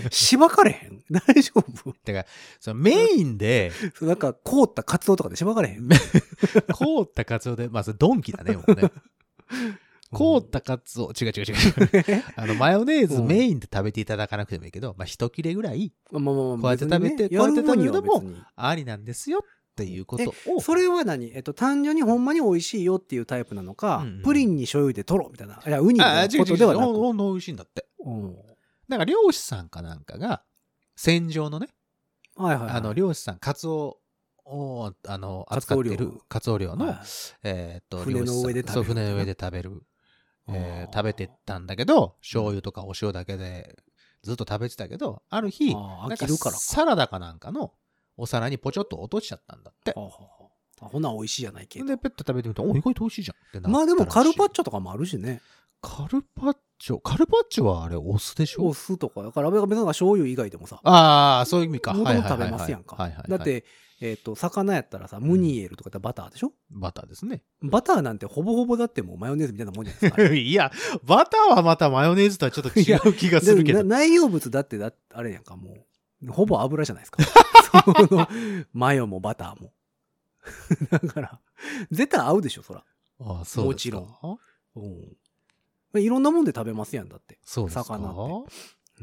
しばかれへん？大丈夫？ てか、メインで。 なんか、凍ったカツオとかでしばかれへん？ 凍ったカツオで、まあ、それドンキだね、もうね。凍ったカツオ、違う。マヨネーズメインで食べていただかなくてもいいけど、まあ、一切れぐらい、こうやって食べて、こうやって食べるのもありなんですよっていうことを。 それは何？単純にほんまに美味しいよっていうタイプなのか、プリンに醤油でとろみたいな。いや、ウニのことではなく。 ほんの美味しいんだって。だから漁師さんかなんかが、船上のね、漁師さん、カツオを、扱ってる、カツオ漁の、 船の上で食べる。 船の上で食べる。食べてたんだけど、醤油とかお塩だけでずっと食べてたけど、ある日、なんかサラダかなんかのお皿にポチョッと落としちゃったんだって。 ほな美味しいじゃないけど。 で、ペット食べてみたら、意外と美味しいじゃんってなったらしい。 まあでもカルパッチョとかもあるしね。 カルパッチョはあれお酢でしょ？ お酢とか。だから別に醤油以外でもさ。 そういう意味か。 もともと食べますやんか。だって、魚やったらさ、ムニエルとかってバターでしょ？バターですね。 バターなんてほぼほぼだってもうマヨネーズみたいなもんじゃないですか。 いや、バターはまたマヨネーズとはちょっと違う気がするけど。 内容物だってあれやんか、もう。ほぼ油じゃないですか。マヨもバターも。だから、絶対合うでしょ、そら。 そうもちろん。いろんなもんで食べますやんだって。 そうですか。 魚って。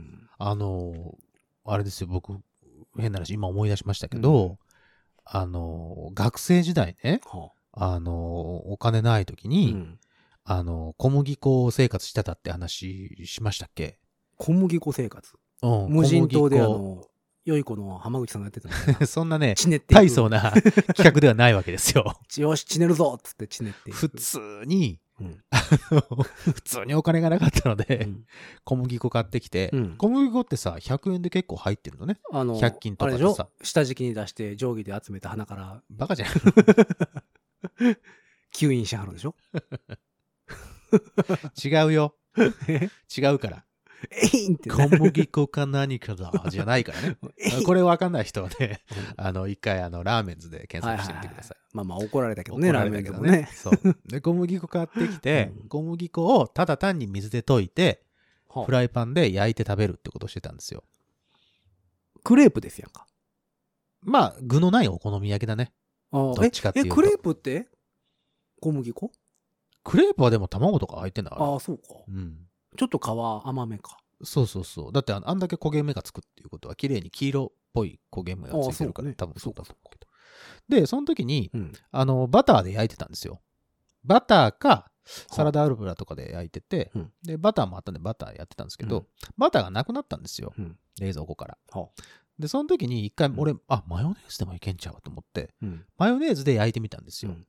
あれですよ、僕、変な話、今思い出しましたけど、学生時代ね、お金ない時に、小麦粉生活してたって話しましたっけ？ 小麦粉生活？無人島で良い子の浜口さんがやってたのそんなね、大層な企画ではないわけですよ。 よし、ちねるぞっつってちねって。 普通に、普通にお金がなかったので、小麦粉買ってきて、小麦粉ってさ、100円で結構入ってるのね。100均とかでさ。 下敷きに出して定規で集めた花から。 バカじゃん。 吸引しはるでしょ？ 違うよ。違うから。小麦粉か何かだじゃないからね。これ分かんない人はね、一回ラーメンズで検索してみてください。 まあ怒られたけどね、ラーメンズもね。 そう。で、小麦粉買ってきて、小麦粉をただ単に水で溶いて、フライパンで焼いて食べるってことをしてたんですよ。 クレープですやんか。 まあ、具のないお好み焼きだね。どっちかっていうと。 クレープって小麦粉？ クレープはでも卵とか入ってんだから。 そうか。ちょっと皮甘めか。 そう。だってあんだけ焦げ目がつくっていうことは、綺麗に黄色っぽい焦げ目がついてるから、多分そうだと思うけど。で、その時に、バターで焼いてたんですよ。バターか、サラダ油とかで焼いてて、で、バターもあったんでバターやってたんですけど、バターがなくなったんですよ。冷蔵庫から。で、その時に一回俺、マヨネーズでもいけんちゃうと思って、マヨネーズで焼いてみたんですよ。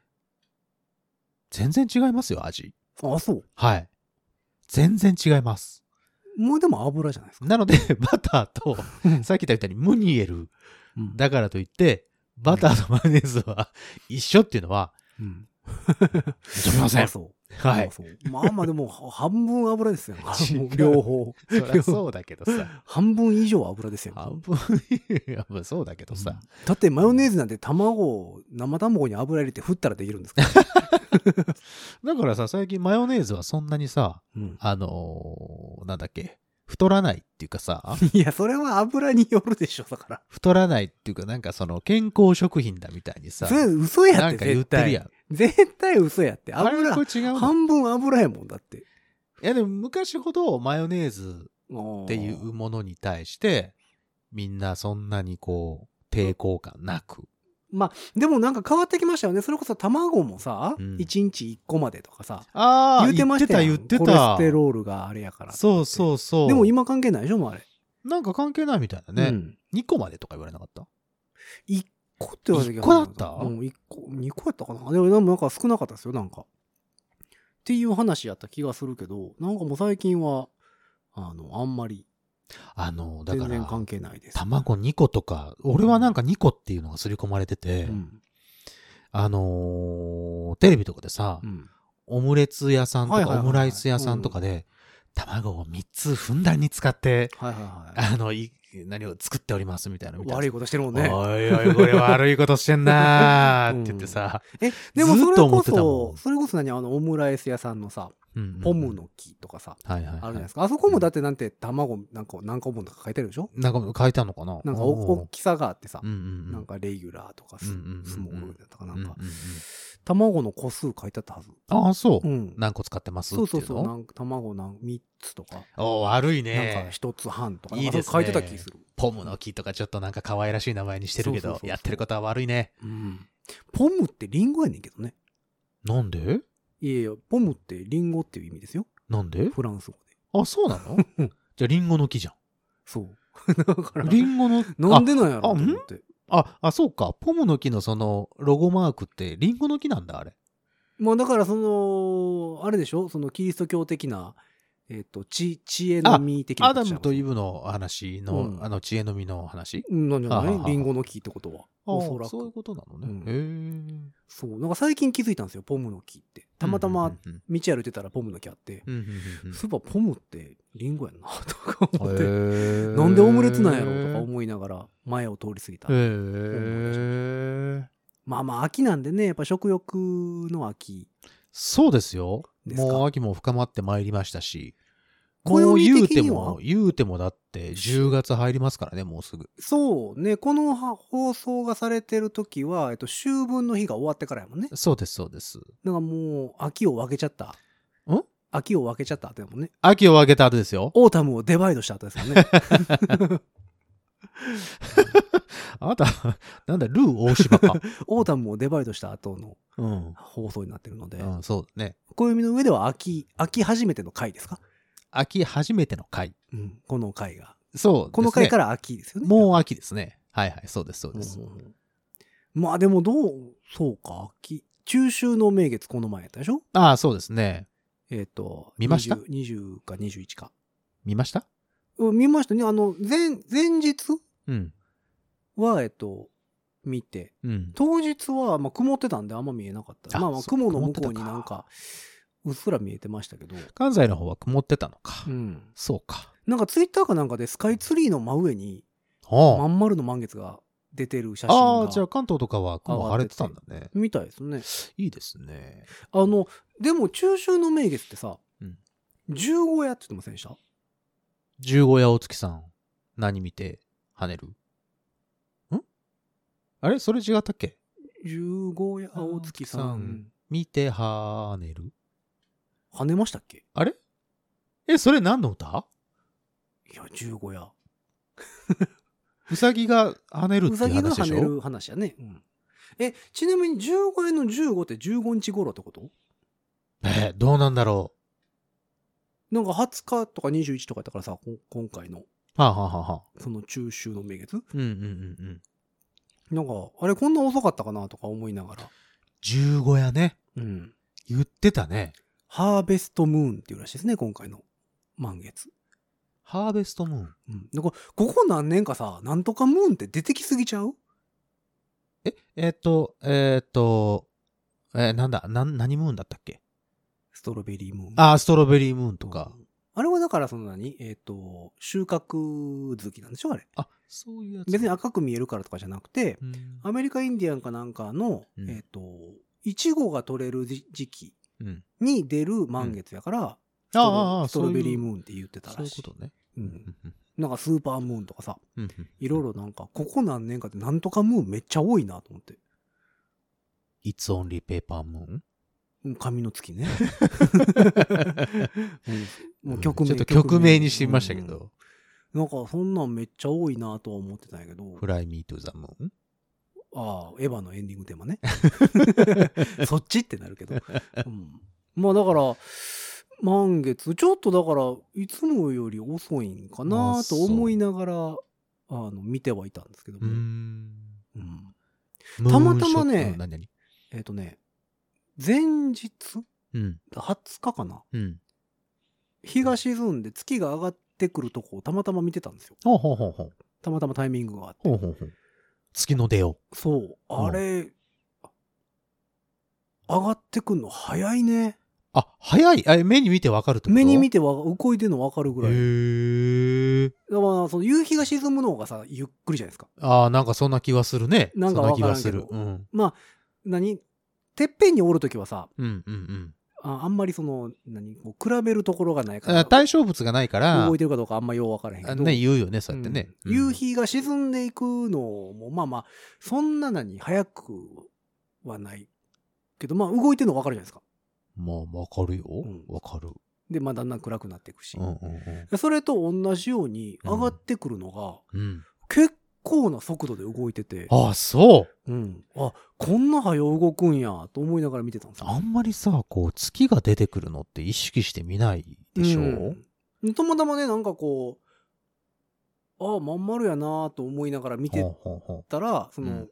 全然違いますよ、味。 そう？ はい。全然違います。 もうでも油じゃないですか。 なので、バターと、さっき言ったみたいにムニエルだからといって、バターとマヨネーズは一緒っていうのは、認めません。はい。 まあでも、半分油ですよ。両方。 そりゃそうだけどさ。 半分以上油ですよ。 半分、そうだけどさ。 だってマヨネーズなんて生卵に油入れて振ったらできるんですか？ だからさ、最近マヨネーズはそんなにさ、なんだっけ、太らないっていうかさ。 いや、それは油によるでしょ、だから。 太らないっていうか、なんか健康食品だみたいにさ。 それ嘘やって。 なんか言ってるやん。 絶対嘘やって。油、半分油やもんだって。 いやでも昔ほどマヨネーズっていうものに対して、みんなそんなに抵抗感なく。 まあ、でもなんか変わってきましたよね。それこそ卵もさ、 うん 1日1個までとかさ、 ああ、 言ってましたよ。 言ってた。 コレステロールがあれやから。 そうそうそう。 でも今関係ないでしょ、もうあれ。 なんか関係ないみたいなね。 うん、 2個までとか言われなかった？ 1個って言われたけど。 1個だった？ うん、1個、2個やったかな。でもなんか少なかったですよ、なんか。っていう話やった気がするけど、なんかもう最近は、あんまり。 だから全然関係ないです。 卵2個とか、俺はなんか2個っていうのが刷り込まれてて、 うん、 テレビとかでさ、 うん、 オムレツ屋さんとか、 はいはいはいはい、 オムライス屋さんとかで、卵を3つふんだんに使って、 はいはいはい、 何を作っておりますみたいな。 悪いことしてるもんね。 おいおい、これ悪いことしてんなーって言ってさ。 でもそれこそ、 オムライス屋さんのさ、ポムの木とかさ、あるじゃないですか。あそこもだってなんて卵何個分とか書いてるでしょ？ なんか書いてあるのかな？ なんか大きさがあってさ、なんかレギュラーとかスモールだったかなんか、卵の個数書いてあったはず。 ああ、そう。何個使ってますっていうの？ そう。卵3つとか。 悪いね。 なんか1つ半とか。 いいですね。 書いてた気する。 ポムの木とかちょっとなんか可愛らしい名前にしてるけど、やってることは悪いね。 ポムってリンゴやねんけどね。 なんで？ いや、ポムってリンゴっていう意味ですよ。 なんで？ フランス語で。 あ、そうなの？じゃあリンゴの木じゃん。 そう。だから。 リンゴの、 なんでなんやろと思って。 そうか。ポムの木のそのロゴマークってリンゴの木なんだ、あれ。 まあだからあれでしょ？そのキリスト教的な、知恵の実的な。 アダムとイブの話の、知恵の実の話？ なんじゃない？リンゴの木ってことは。おそらく。 そういうことなのね。 へえ。そう。なんか最近気づいたんですよ、ポムの木って。たまたま道歩いてたらポムの木あって、そういえばポムってリンゴやんな、とか思って、なんでオムレツなんやろとか思いながら前を通り過ぎた。まあ秋なんでね、やっぱ食欲の秋。 そうですよ。もう秋も深まってまいりましたし。もう言うてもだって10月入りますからね、もうすぐ。 そうね、この放送がされてる時は、秋分の日が終わってからやもんね。 そうです、そうです。 だからもう、秋を分けちゃった。秋を分けちゃった後やもんね。 秋を分けた後ですよ。 オータムをデバイドした後ですよね。 あなた、なんだ、ルー大柴か。 オータムをデバイドした後の放送になってるので。 そうね。 暦の上では秋初めての回ですか？ 秋初めての回。 この回が。 そうですね。 この回から秋ですよね。 もう秋ですね。はいはい、そうです、そうです。 まあでもそうか、秋。中秋の名月この前やったでしょ？ ああ、そうですね。見ました？ 20か21か。 見ました？ 見ましたね。前日は、見て。当日は、曇ってたんであんま見えなかった。雲の向こうになんか、うっすら見えてましたけど。 関西の方は曇ってたのか。そうか。 なんかツイッターかなんかでスカイツリーの真上に、まん丸の満月が出てる写真が。 じゃあ関東とかは雲晴れてたんだね。 みたいですね。 いいですね。 でも中秋の名月ってさ、十五夜って言ってませんでした？ 十五夜お月さん、何見て跳ねる？あれそれ違ったっけ？ 十五夜お月さん、 見て跳ねる？ 跳ねましたっけ？ あれ？それ何の歌？ いや、十五夜。 うさぎが跳ねるっていう話でしょ？うさぎが跳ねる話やね。ちなみに十五夜の15って15日頃ってこと？ どうなんだろう。なんか20日とか21とかやったからさ、今回の。その中秋の名月？なんか、あれこんな遅かったかなとか思いながら。 15夜ね。言ってたね。 ハーベストムーンっていうらしいですね、今回の満月。 ハーベストムーン。 なんかここ何年かさ、なんとかムーンって出てきすぎちゃう？ なんだ、何ムーンだったっけ？ ストロベリームーン。 ストロベリームーンとか。 あれはだから収穫月なんでしょあれ。 そういうやつ。 別に赤く見えるからとかじゃなくて、アメリカインディアンかなんかの、イチゴが取れる時期に出る満月やから、ストロベリームーンって言ってたらしい。 そういうことね。 なんかスーパームーンとかさ、いろいろなんか、ここ何年かってなんとかムーンめっちゃ多いなと思って。 It's only paper moon？ 紙の月ね。もうちょっと曲名にしてみましたけど。 なんかそんなんめっちゃ多いなとは思ってたんやけど。 Fly me to the moon？ エヴァのエンディングテーマね。そっちってなるけど。まあだから、満月、ちょっとだから、いつもより遅いんかなと思いながら、見てはいたんですけども。たまたまね、前日、20日かな、日が沈んで月が上がってくるとこをたまたま見てたんですよ。たまたまタイミングがあって。 月の出を。 そう。あれ、上がってくんの早いね。 早い。目に見てわかるってこと？ 目に見て動いてるのわかるぐらい。だからその夕日が沈むのがさ、ゆっくりじゃないですか。 なんかそんな気はするね。 なんかわからんけど。まあ、てっぺんにおるときはさ、あんまりその、比べるところがないから。 対象物がないから。 動いてるかどうかあんまようわからへんけど。 ね、言うよね、そうやってね。 夕日が沈んでいくのも、まあまあ、そんな早くはないけど、まあ動いてるのわかるじゃないですか。 まあ、わかるよ。わかる。 で、まあだんだん暗くなっていくし。それと同じように上がってくるのが、結構な速度で動いてて。 そう。 こんな早動くんやと思いながら見てたんですよ。 あんまりさ、月が出てくるのって意識して見ないでしょ？ たまたまね、なんかまん丸やなと思いながら見てたら、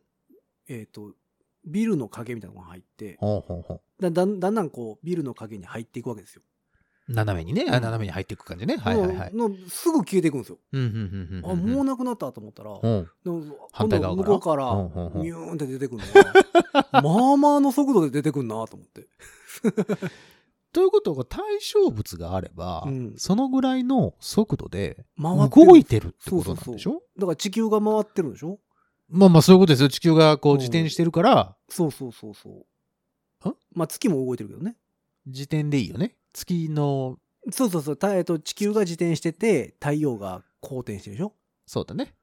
ビルの影みたいなのが入って、だんだんビルの影に入っていくわけですよ。 斜めにね、斜めに入っていく感じね。 すぐ消えていくんですよ。もうなくなったと思ったら、 反対側向こうからミューンって出てくるのが、まあまあの速度で出てくるなと思って。 ということが対象物があれば、そのぐらいの速度で動いてるってことなんでしょ？ だから地球が回ってるんでしょ？ まあそういうことですよ。地球が自転してるから。 そう。まあ月も動いてるけどね。 自転でいいよね。月の。 そう。地球が自転してて、太陽が公転してるでしょ？そうだね。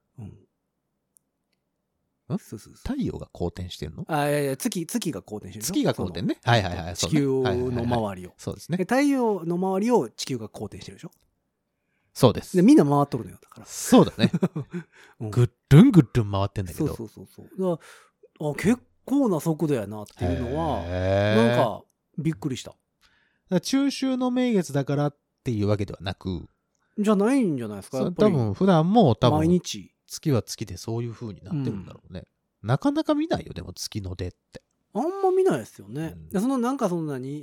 太陽が公転してるの？ いや、月が公転してるでしょ？ 月が公転ね。 地球の周りを。 そうですね。 太陽の周りを地球が公転してるでしょ？ そうです。 で、みんな回っとるのよ、だから。 そうだね。ぐっるん回ってんだけど。 そう。だから結構な速度やなっていうのは、なんか、びっくりした。 中秋の名月だからっていうわけではなく。 じゃないんじゃないですか、やっぱり。 多分、普段も毎日。 月は月でそういう風になってるんだろうね。なかなか見ないよ、でも月の出って。 あんま見ないですよね。なんか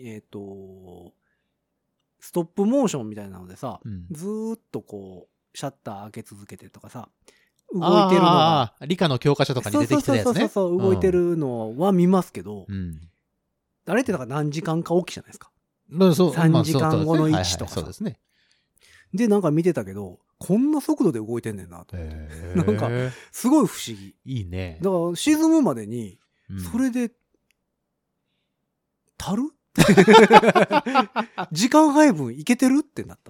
ストップモーションみたいなのでさ、ずーっとシャッター開け続けてとかさ、動いてるのが。 理科の教科書とかに出てきてたやつね。 そう、動いてるのは見ますけど、あれってだから何時間か起きじゃないですか。3時間後の位置とかさ。 そうですね。 で、なんか見てたけど、こんな速度で動いてんねんなと思って。なんか、すごい不思議。 いいね。 だから沈むまでに、それで、足る時間配分いけてるってなった。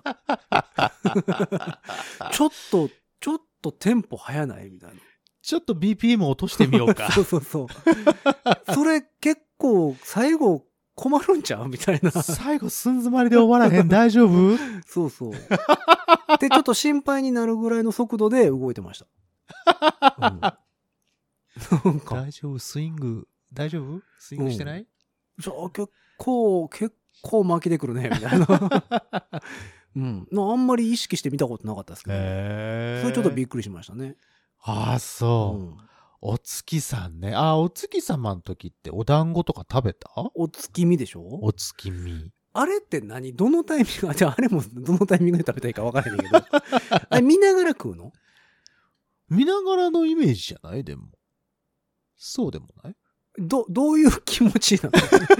ちょっとテンポ早ないみたいな。 ちょっと BPM 落としてみようか。 そう。それ結構最後困るんちゃうみたいな。 最後寸詰まりで終わらへん大丈夫？ そう。で、ちょっと心配になるぐらいの速度で動いてました。 大丈夫？スイングしてない？ じゃあ結構巻きでくるね、みたいな。あんまり意識して見たことなかったですけど、それちょっとびっくりしましたね。 そう。お月さんね。お月様の時ってお団子とか食べた？ お月見でしょ？ お月見。 あれってどのタイミング、あれもどのタイミングで食べたいか分からへんけど、あれ見ながら食うの？ 見ながらのイメージじゃない？でも。そうでもない？ どういう気持ちなの？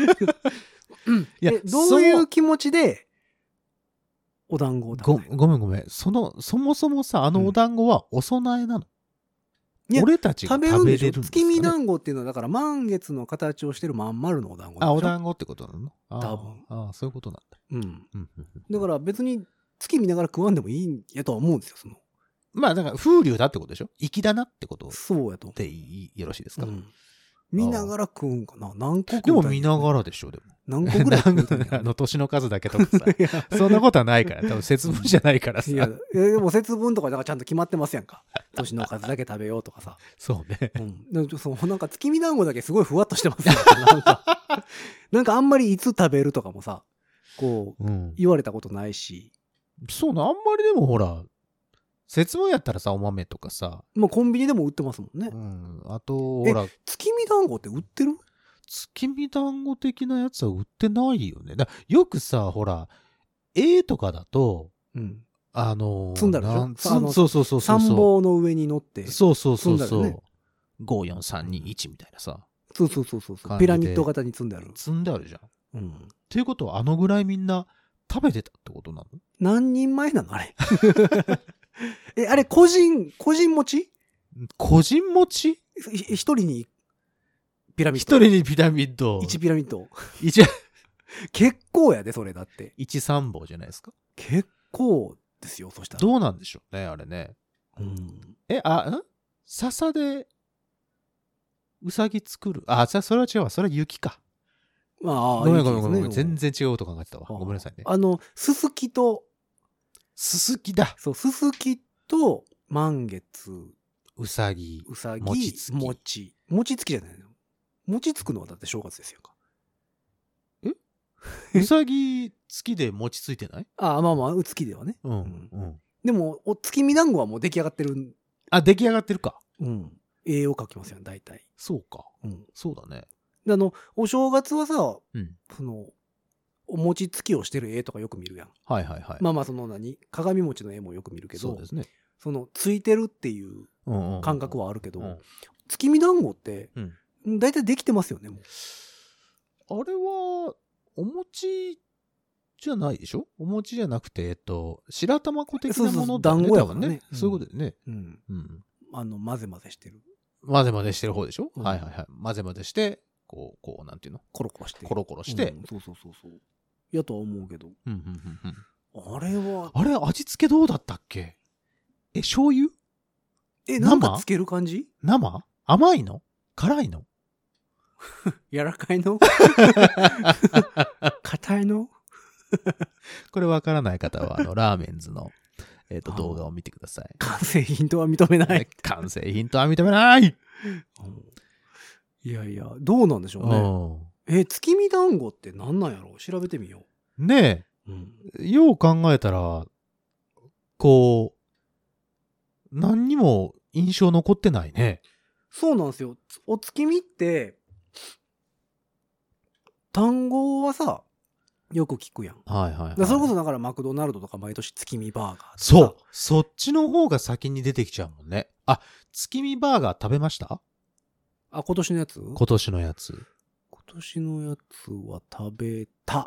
どういう気持ちでお団子を食べる？ ごめん。そもそもさ、お団子はお供えなの？俺たちが食べれるんですかね？ 月見団子っていうのはだから満月の形をしてるまん丸のお団子。 お団子ってことなの？ 多分。 そういうことなんだ。 だから別に月見ながら食わんでもいいんやとは思うんですよ。 まあだから風流だってことでしょ？粋だなってこと。 そうやと。 でよろしいですか？ 見ながら食うんかな？何個食う？ でも見ながらでしょ？でも何個ぐらい作るとき年の数だけとかさ。そんなことはないから。多分節分じゃないからさ。 いや、でも節分とかなんかちゃんと決まってますやんか。年の数だけ食べようとかさ。 そうね。 なんか月見団子だけすごいふわっとしてますよ。なんかあんまりいつ食べるとかもさ、こう、言われたことないし。 そうな、あんまりでもほら、節分やったらさ、お豆とかさ。 まあコンビニでも売ってますもんね。 あと、ほら。 月見団子って売ってる？ 月見団子的なやつは売ってないよね。よくさ、ほら、とかだと、 積んだるでしょ？ そう。 参謀の上に乗って。 そう。54321みたいなさ。 そう。ピラミッド型に積んである。 積んであるじゃん。っていうことは、あのぐらいみんな食べてたってことなの？ 何人前なのあれ。あれ、個人餅？ 個人餅？ 一人にピラミッド。一人にピラミッド。 1ピラミッド。結構やで、それだって。 1三宝じゃないですか。 結構ですよ、そしたら。 どうなんでしょうね、あれね。笹で、うさぎ作る。それは違うわ。それは雪か。ごめん。全然違うこと考えてたわ。ごめんなさいね。 すすきと、 すすきだ。 そう、すすきと、満月。 うさぎ。 餅つき。餅つきじゃないの。餅つくのはだって正月ですよか。 うさぎ月で餅ついてない？ まあ、月ではね。でも、月見団子はもう出来上がってる。 出来上がってるか。 絵を描きますよね、大体。 そうか。そうだね。 で、お正月はさ、お餅つきをしてる絵とかよく見るやん。 はい。 まあ、鏡餅の絵もよく見るけど、 そうですね。 ついてるっていう感覚はあるけど、月見団子って、大体できてますよね、もう。 あれは、お餅じゃないでしょ？お餅じゃなくて、白玉粉的なものだね。 団子やからね。 そういうことでね。 混ぜ混ぜしてる。 混ぜ混ぜしてる方でしょ？はい。混ぜ混ぜして、こう、なんていうの？ コロコロして。そう。やとは思うけど。あれは。 あれ、味付けどうだったっけ？醤油？ なんかつける感じ？ 生？甘いの？辛いの？ 柔らかいの？硬いの？ これわからない方は、ラーメンズの、動画を見てください。 完成品とは認めない。 完成品とは認めない。 いや、どうなんでしょうね。月見団子って何なんやろう？調べてみよう。ねえ。よう考えたら、こう、何にも印象残ってないね。 そうなんですよ。お月見って、単語はさ、よく聞くやん。それこそだからマクドナルドとか毎年月見バーガー。 そう。そっちの方が先に出てきちゃうもんね。月見バーガー食べました？ 今年のやつ？ 今年のやつは食べた。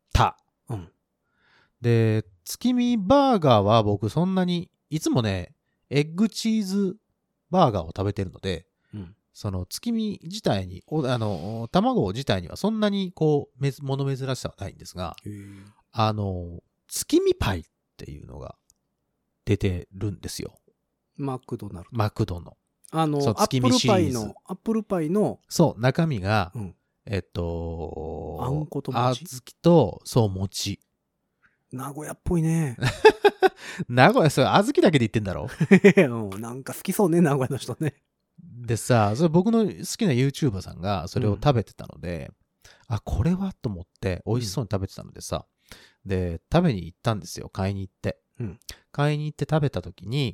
で、月見バーガーは僕そんなに、いつもね、エッグチーズバーガーを食べてるので、その月見自体に、卵自体にはそんなに物珍しさはないんですが、月見パイっていうのが出てるんですよ。 マクドナルド。 マクドの。 アップルパイの、 そう、中身が、あんこと餅。 小豆と、そう、餅。 名古屋っぽいね。 名古屋、それ、小豆だけで言ってんだろ？ なんか好きそうね、名古屋の人ね。 でさ、それ僕の好きな YouTuber さんがそれを食べてたので、これはと思って美味しそうに食べてたのでさ、で、食べに行ったんですよ。買いに行って。買いに行って食べた時に、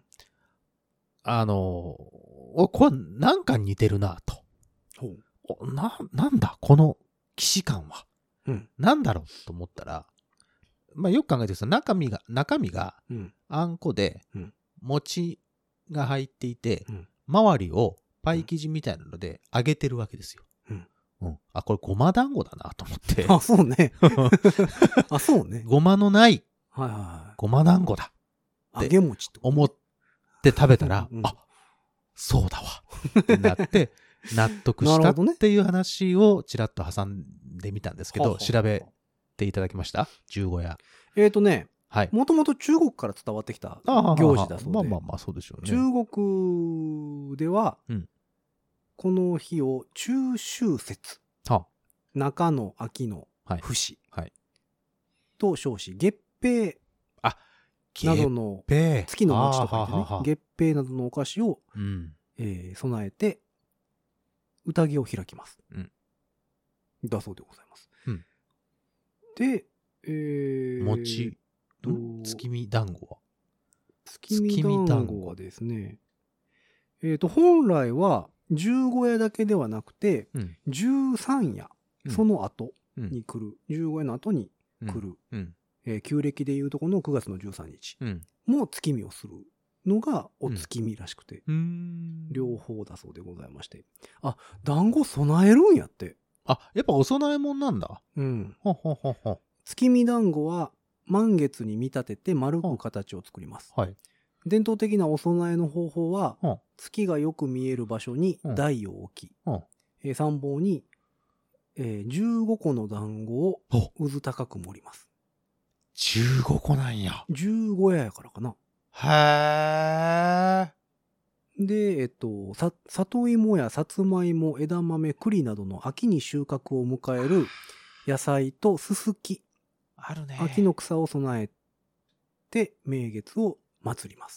これなんか似てるなと。なんだこの既視感は。なんだろうと思ったら、よく考えてください。中身があんこで、餅が入っていて、周りをパイ生地みたいなので揚げてるわけですよ。これごま団子だなと思って。 そうね。そうね。 ごまのない、ごま団子だ。 揚げ餅と思って食べたら、そうだわ。ってなって、納得したっていう話をちらっと挟んでみたんですけど、調べていただきました？十五夜。もともと中国から伝わってきた行事だそうで。 そうでしょうね。 中国では、この日を中秋節中の秋の節はい。 と称し、月餅などの月の餅とか言ってね、月餅などのお菓子を、備えて宴を開きます。だそうでございます。で、 餅、月見団子は月見団子はですね、本来は十五夜だけではなくて、13夜、その後に来る、15夜の後に来る、旧暦でいうとこの9月の13日も月見をするのがお月見らしくて、両方だそうでございまして。あ、団子備えるんやって。 あ、やっぱお供え物なんだ。 月見団子は満月に見立てて丸く形を作ります。伝統的なお供えの方法は、月がよく見える場所に台を置き、三方に、15個の団子を渦高く盛ります。 15個なんや。 15夜やからかな。 へー。で、里芋やさつまいも、枝豆、栗などの秋に収穫を迎える野菜とすすき。 あるね。 秋の草を備えて名月を祭ります。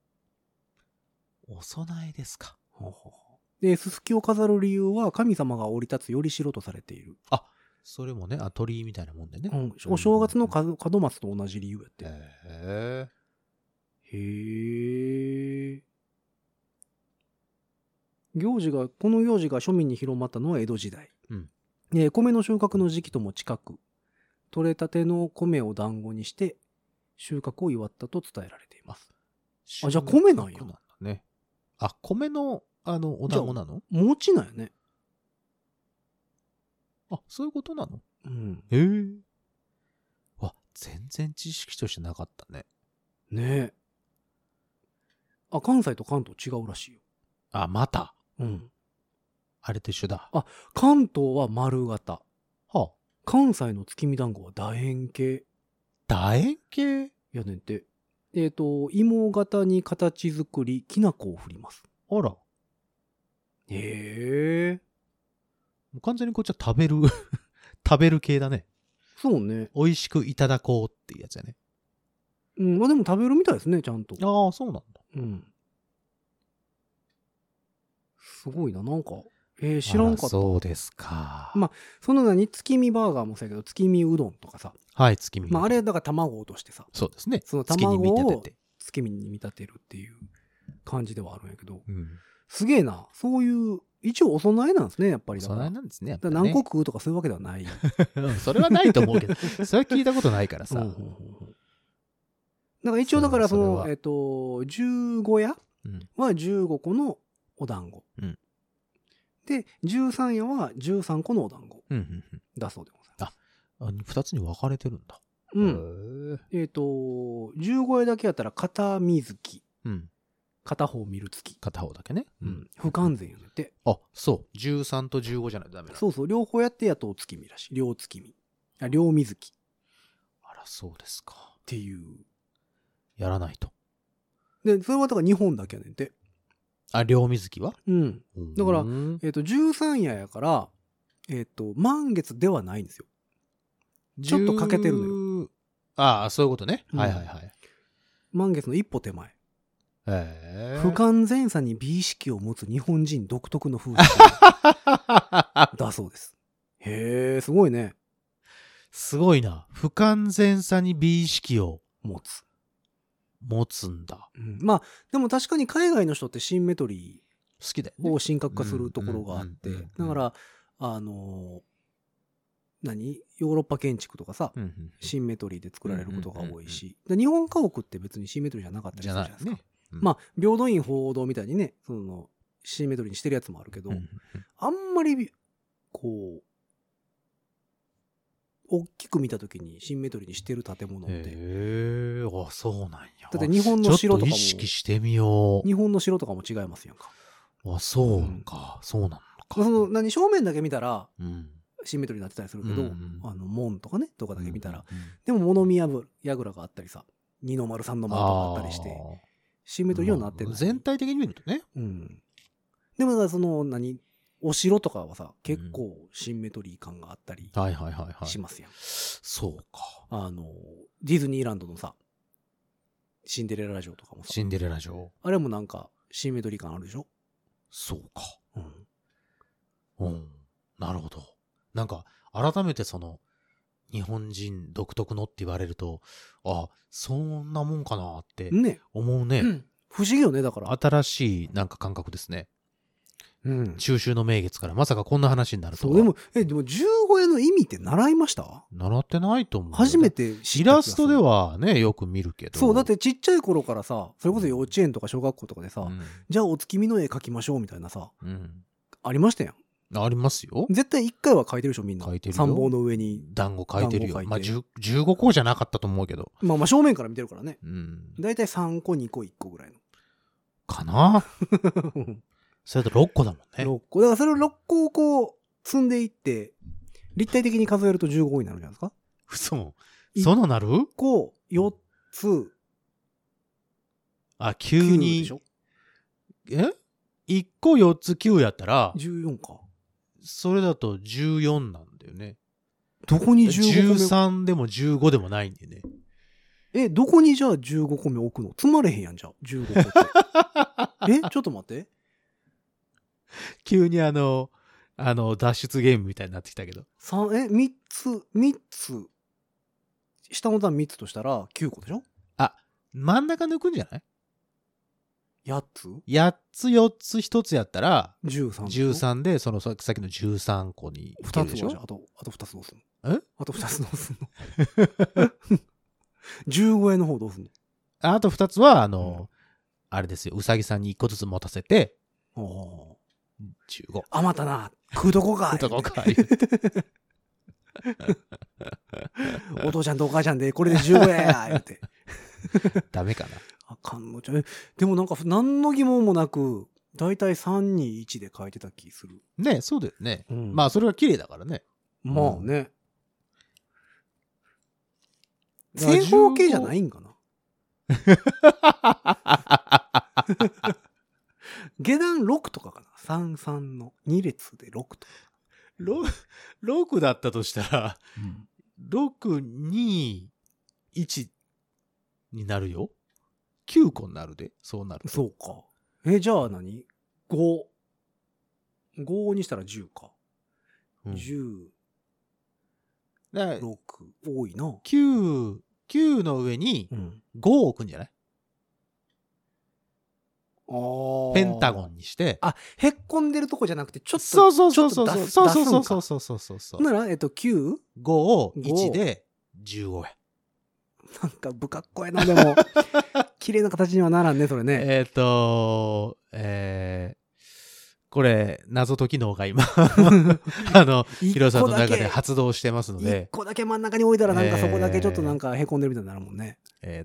お供えですか。 で、すすきを飾る理由は神様が降り立つよりしろとされている。 あ、それもね、鳥居みたいなもんでね。 お正月の門松と同じ理由やって。へえ。この行事が庶民に広まったのは江戸時代。米の収穫の時期とも近く、取れたての米を団子にして収穫を祝ったと伝えられています。あ、じゃあ米なんや。 ね。あ、米のお団子なの？ 餅なんやね。 あ、そういうことなの？ へえ。わ、全然知識としてなかったね。 ねえ。あ、関西と関東違うらしいよ。 あ、また。あれと一緒だ。 あ、関東は丸型。関西の月見団子は楕円形。 楕円形やねんて。芋型に形作り、きな粉を振ります。 あら。 へえ。 もう完全にこっちは食べる系だね。 そうね。 美味しくいただこうっていうやつやね。 まあでも食べるみたいですね、ちゃんと。 ああ、そうなんだ。 すごいな、なんか。知らんかった。 そうですか。 まあ、その月見バーガーもそうやけど、月見うどんとかさ。 はい、月見。 まあ、あれだから卵を落としてさ。 そうですね。 その卵を月見に見立てるっていう感じではあるんやけど。すげえな。そういう、一応お供えなんですね、やっぱり。 お供えなんですね。 何個食うとかそういうわけではない。 それはないと思うけど。それは聞いたことないからさ。 だから一応だから15夜は15個のお団子。で、13夜は13個のお団子。だそうでございます。 あ、2つに分かれてるんだ。 15夜だけやったら片見月。片方見る月。 片方だけね。 不完全やねって。 あ、そう。13と15じゃないとダメだ。 そうそう。両方やってやとお月見らしい。両月見。両見月。 あら、そうですか。 っていう。 やらないと。 で、それはだから日本だけやねんて。 あ、両水木は？ だから、13夜やから、満月ではないんですよ。ちょっと欠けてるのよ。 ああ、そういうことね。はい。 満月の一歩手前。不完全さに美意識を持つ日本人独特の風習だそうです。へえ、すごいね。 すごいな。不完全さに美意識を持つんだ。 まあ、でも確かに海外の人ってシンメトリー好きだよね。 を神格化するところがあって、だから、ヨーロッパ建築とかさ、シンメトリーで作られることが多いし、日本家屋って別にシンメトリーじゃなかったりするじゃないですか。まあ、平等院鳳凰みたいにね、シンメトリーにしてるやつもあるけど、あんまり、こう、大きく見たときにシンメトリーにしてる建物って。 あ、そうなんや。 だって日本の城とかも。 ちょっと意識してみよう。 日本の城とかも違いますやんか。 あ、そうか。そうなのか。 正面だけ見たら、シンメトリーになってたりするけど、門とかね、とかだけ見たら、でも物見櫓があったりさ、二の丸三の丸とかあったりして、シンメトリーにはなってる。 全体的に見るとね。 でも、 お城とかはさ、結構シンメトリー感があったりはいはいはいはい。 しますやん。 そうか。 ディズニーランドのさ、シンデレラ城とかもさ、 シンデレラ城。 あれもなんかシンメトリー感あるでしょ？ そうか。 うん。 うん。なるほど。なんか、改めてその、日本人独特のって言われると、あ、そんなもんかなってね。 思うね。 不思議よね、だから。 新しいなんか感覚ですね。 うん。 中秋の名月からまさかこんな話になるとは。 そう、でも十五夜の意味って習いました？ 習ってないと思う。 初めて知った気がする。 イラストではね、よく見るけど。 そう、だってちっちゃい頃からさ、それこそ幼稚園とか小学校とかでさ、 うん、 じゃあお月見の絵描きましょうみたいなさ、 うん、 ありましたやん。 ありますよ。 絶対一回は描いてるでしょ、みんな。 描いてるよ。 参謀の上に。 団子描いてるよ。 団子描いてまあ、15個じゃなかったと思うけど。 まあ正面から見てるからね。 うん。 だいたい3個、2個、1個ぐらいの。 かなそれと6個だもんね。 6個。だからそれを6個をこう、積んでいって、立体的に数えると15個になるんじゃないですか？ 嘘。そのなる 1個、4つ、 あ、急 9でにし。ょ？ 1個4つ9やったら、 14か。 それだと14なんだよね。 どこに15個目 13でも15でもないんだよね。 どこにじゃあ15個目置くの？積まれへんやん、じゃあ、15個って。ちょっと待って。 急に脱出ゲームみたいになってきたけど。 3つ。下の段3つとしたら9個でしょ？ あ、真ん中抜くんじゃない？ 8つ ?8 つ4つ1つやったら、 13。 13で、さっきの13個にいけ 2 るでしょ。 つはじゃあ、あと2つどうすんえの？あと2つどうすんの？ 15円の方どうすんの？ あと2つは、あれですよ、うさぎさんに1個ずつ持たせて、15。 あ、またな。食うとこか。 食うとこか。 お父ちゃんとお母ちゃんで、これで15や言うて。 ダメかな。 あかんのちゃう。でもなんか、何の疑問もなく、だいたい3、2、1で書いてた気する。 ね、そうだよね。 うんまあ、それは綺麗だからね。 まあね。正方形じゃないんかな。下段6とかかな。3、3の2列で6とか。 6だったとしたら、6、2、1になるよ。9個になるで、そうなると。 そうか。じゃあ何 ?5。5にしたら10か。10、6。多いな。 9の上に5を置くんじゃない？ペンタゴンにして。 あ、へっこんでるとこじゃなくて、ちょっと、 そうそう。 なら、9？ 5を1で15や。 なんか不格好やな、でも。綺麗な形にはならんね、それね。 これ、謎解き能が今、ヒロさんの中で発動してますので。 1個だけ真ん中に置いたら、なんかそこだけちょっとなんかへこんでるみたいになるもんね。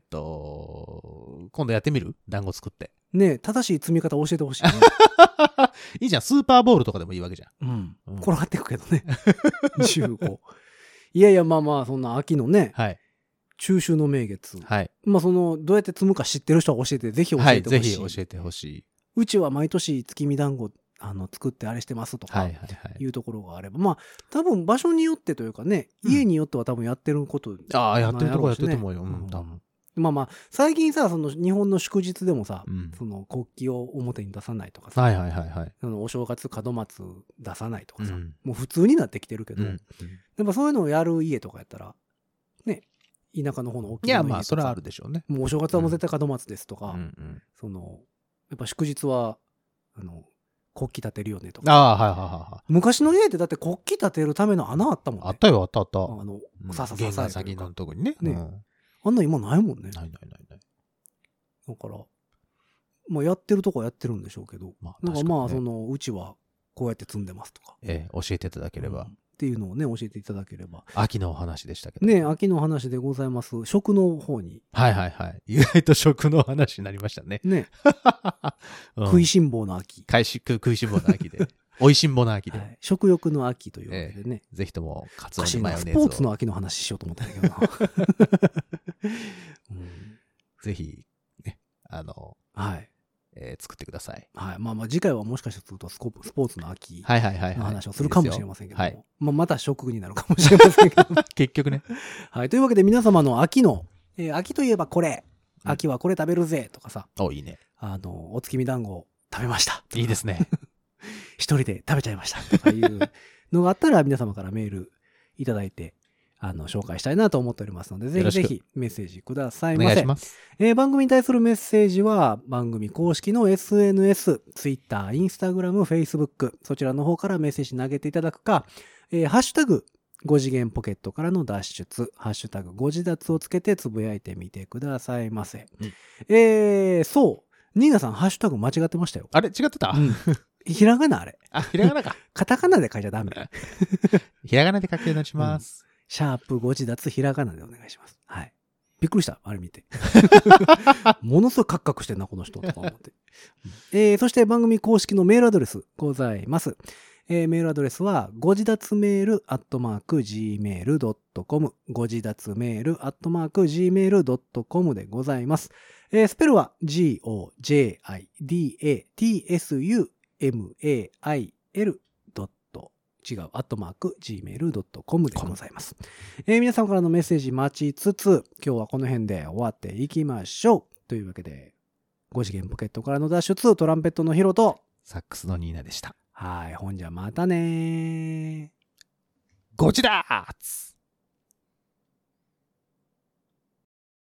今度やってみる？団子作って。 ねえ、正しい積み方教えてほしいね。 いいじゃん、スーパーボールとかでもいいわけじゃん。 転がっていくけどね。15。いやいや、まあまあ、そんな秋のね。 はい。 中秋の名月。 はい。 まあどうやって積むか知ってる人は教えて、ぜひ教えてほしい。 はい、ぜひ教えてほしい。 うちは毎年月見団子、作ってあれしてますとか、いうところがあれば。まあ、多分場所によってというかね、家によっては多分やってること。 ああ、やってるとこやってると思うよ。多分。 まあまあ、最近さ、日本の祝日でもさ、国旗を表に出さないとかさ、お正月門松出さないとかさ、もう普通になってきてるけど、やっぱそういうのをやる家とかやったら、ね、田舎の方の大きな家とか。 いや、まあ、それはあるでしょうね。 もうお正月はもう絶対門松ですとか、やっぱ祝日は、国旗立てるよねとか。 ああ、はいはいはい。 昔の家ってだって国旗立てるための穴あったもんね。 あったよ、あった。 玄関先のとこにね。 あんな今ないもんね。 ない。 だから、まあやってるとこはやってるんでしょうけど、なんかまあうちはこうやって積んでますとか。 教えていただければ。 っていうのをね、教えていただければ。 秋のお話でしたけど。 ね、秋の話でございます。食の方に。 はい。意外と食の話になりましたね。 ね。食いしん坊の秋。 食いしん坊の秋で。美味しんぼの秋で。 食欲の秋というわけでね。 ぜひとも、カツオにマヨネーズを。 スポーツの秋の話しようと思ったんだけどな。 ぜひ、ね、 はい。 作ってください。 はい。まあ次回はもしかするとスポーツの秋はいはいはい、 の話をするかもしれませんけども、 はい、 また食になるかもしれませんけど結局ね。 はい。というわけで皆様の秋の、秋といえばこれ、秋はこれ食べるぜとかさ、 いいね。 お月見団子食べました。 いいですね。 一人で食べちゃいましたとかいうのがあったら皆様からメールいただいて、紹介したいなと思っておりますので、ぜひぜひメッセージくださいませ。 お願いします。 番組に対するメッセージは番組公式の SNS、Twitter、Instagram、Facebook、そちらの方からメッセージ投げていただくか、ハッシュタグ5次元ポケットからの脱出、ハッシュタグ5次脱をつけてつぶやいてみてくださいませ。そう、ニーナさんハッシュタグ間違ってましたよ。 あれ違ってた、 ひらがなあれ。 ひらがなか。 カタカナで書いちゃダメ。 ひらがなで書くようにします。 シャープ5次脱ひらがなでお願いします。はい。びっくりした。あれ見て。ものすごいカクカクしてんな、この人。とか思って。そして番組公式のメールアドレスございます。メールアドレスは、ご自立メール@gmail.com ご自立メール@gmail.com でございます。スペルは GOJIDATSUMAIL gmail.com でございます。皆さんからのメッセージ待ちつつ、今日はこの辺で終わっていきましょう。というわけで、5次元ポケットからの脱出、トランペットのヒロと、 サックスのニーナでした。 はい、ほんじゃまたねー。 ゴチだーつ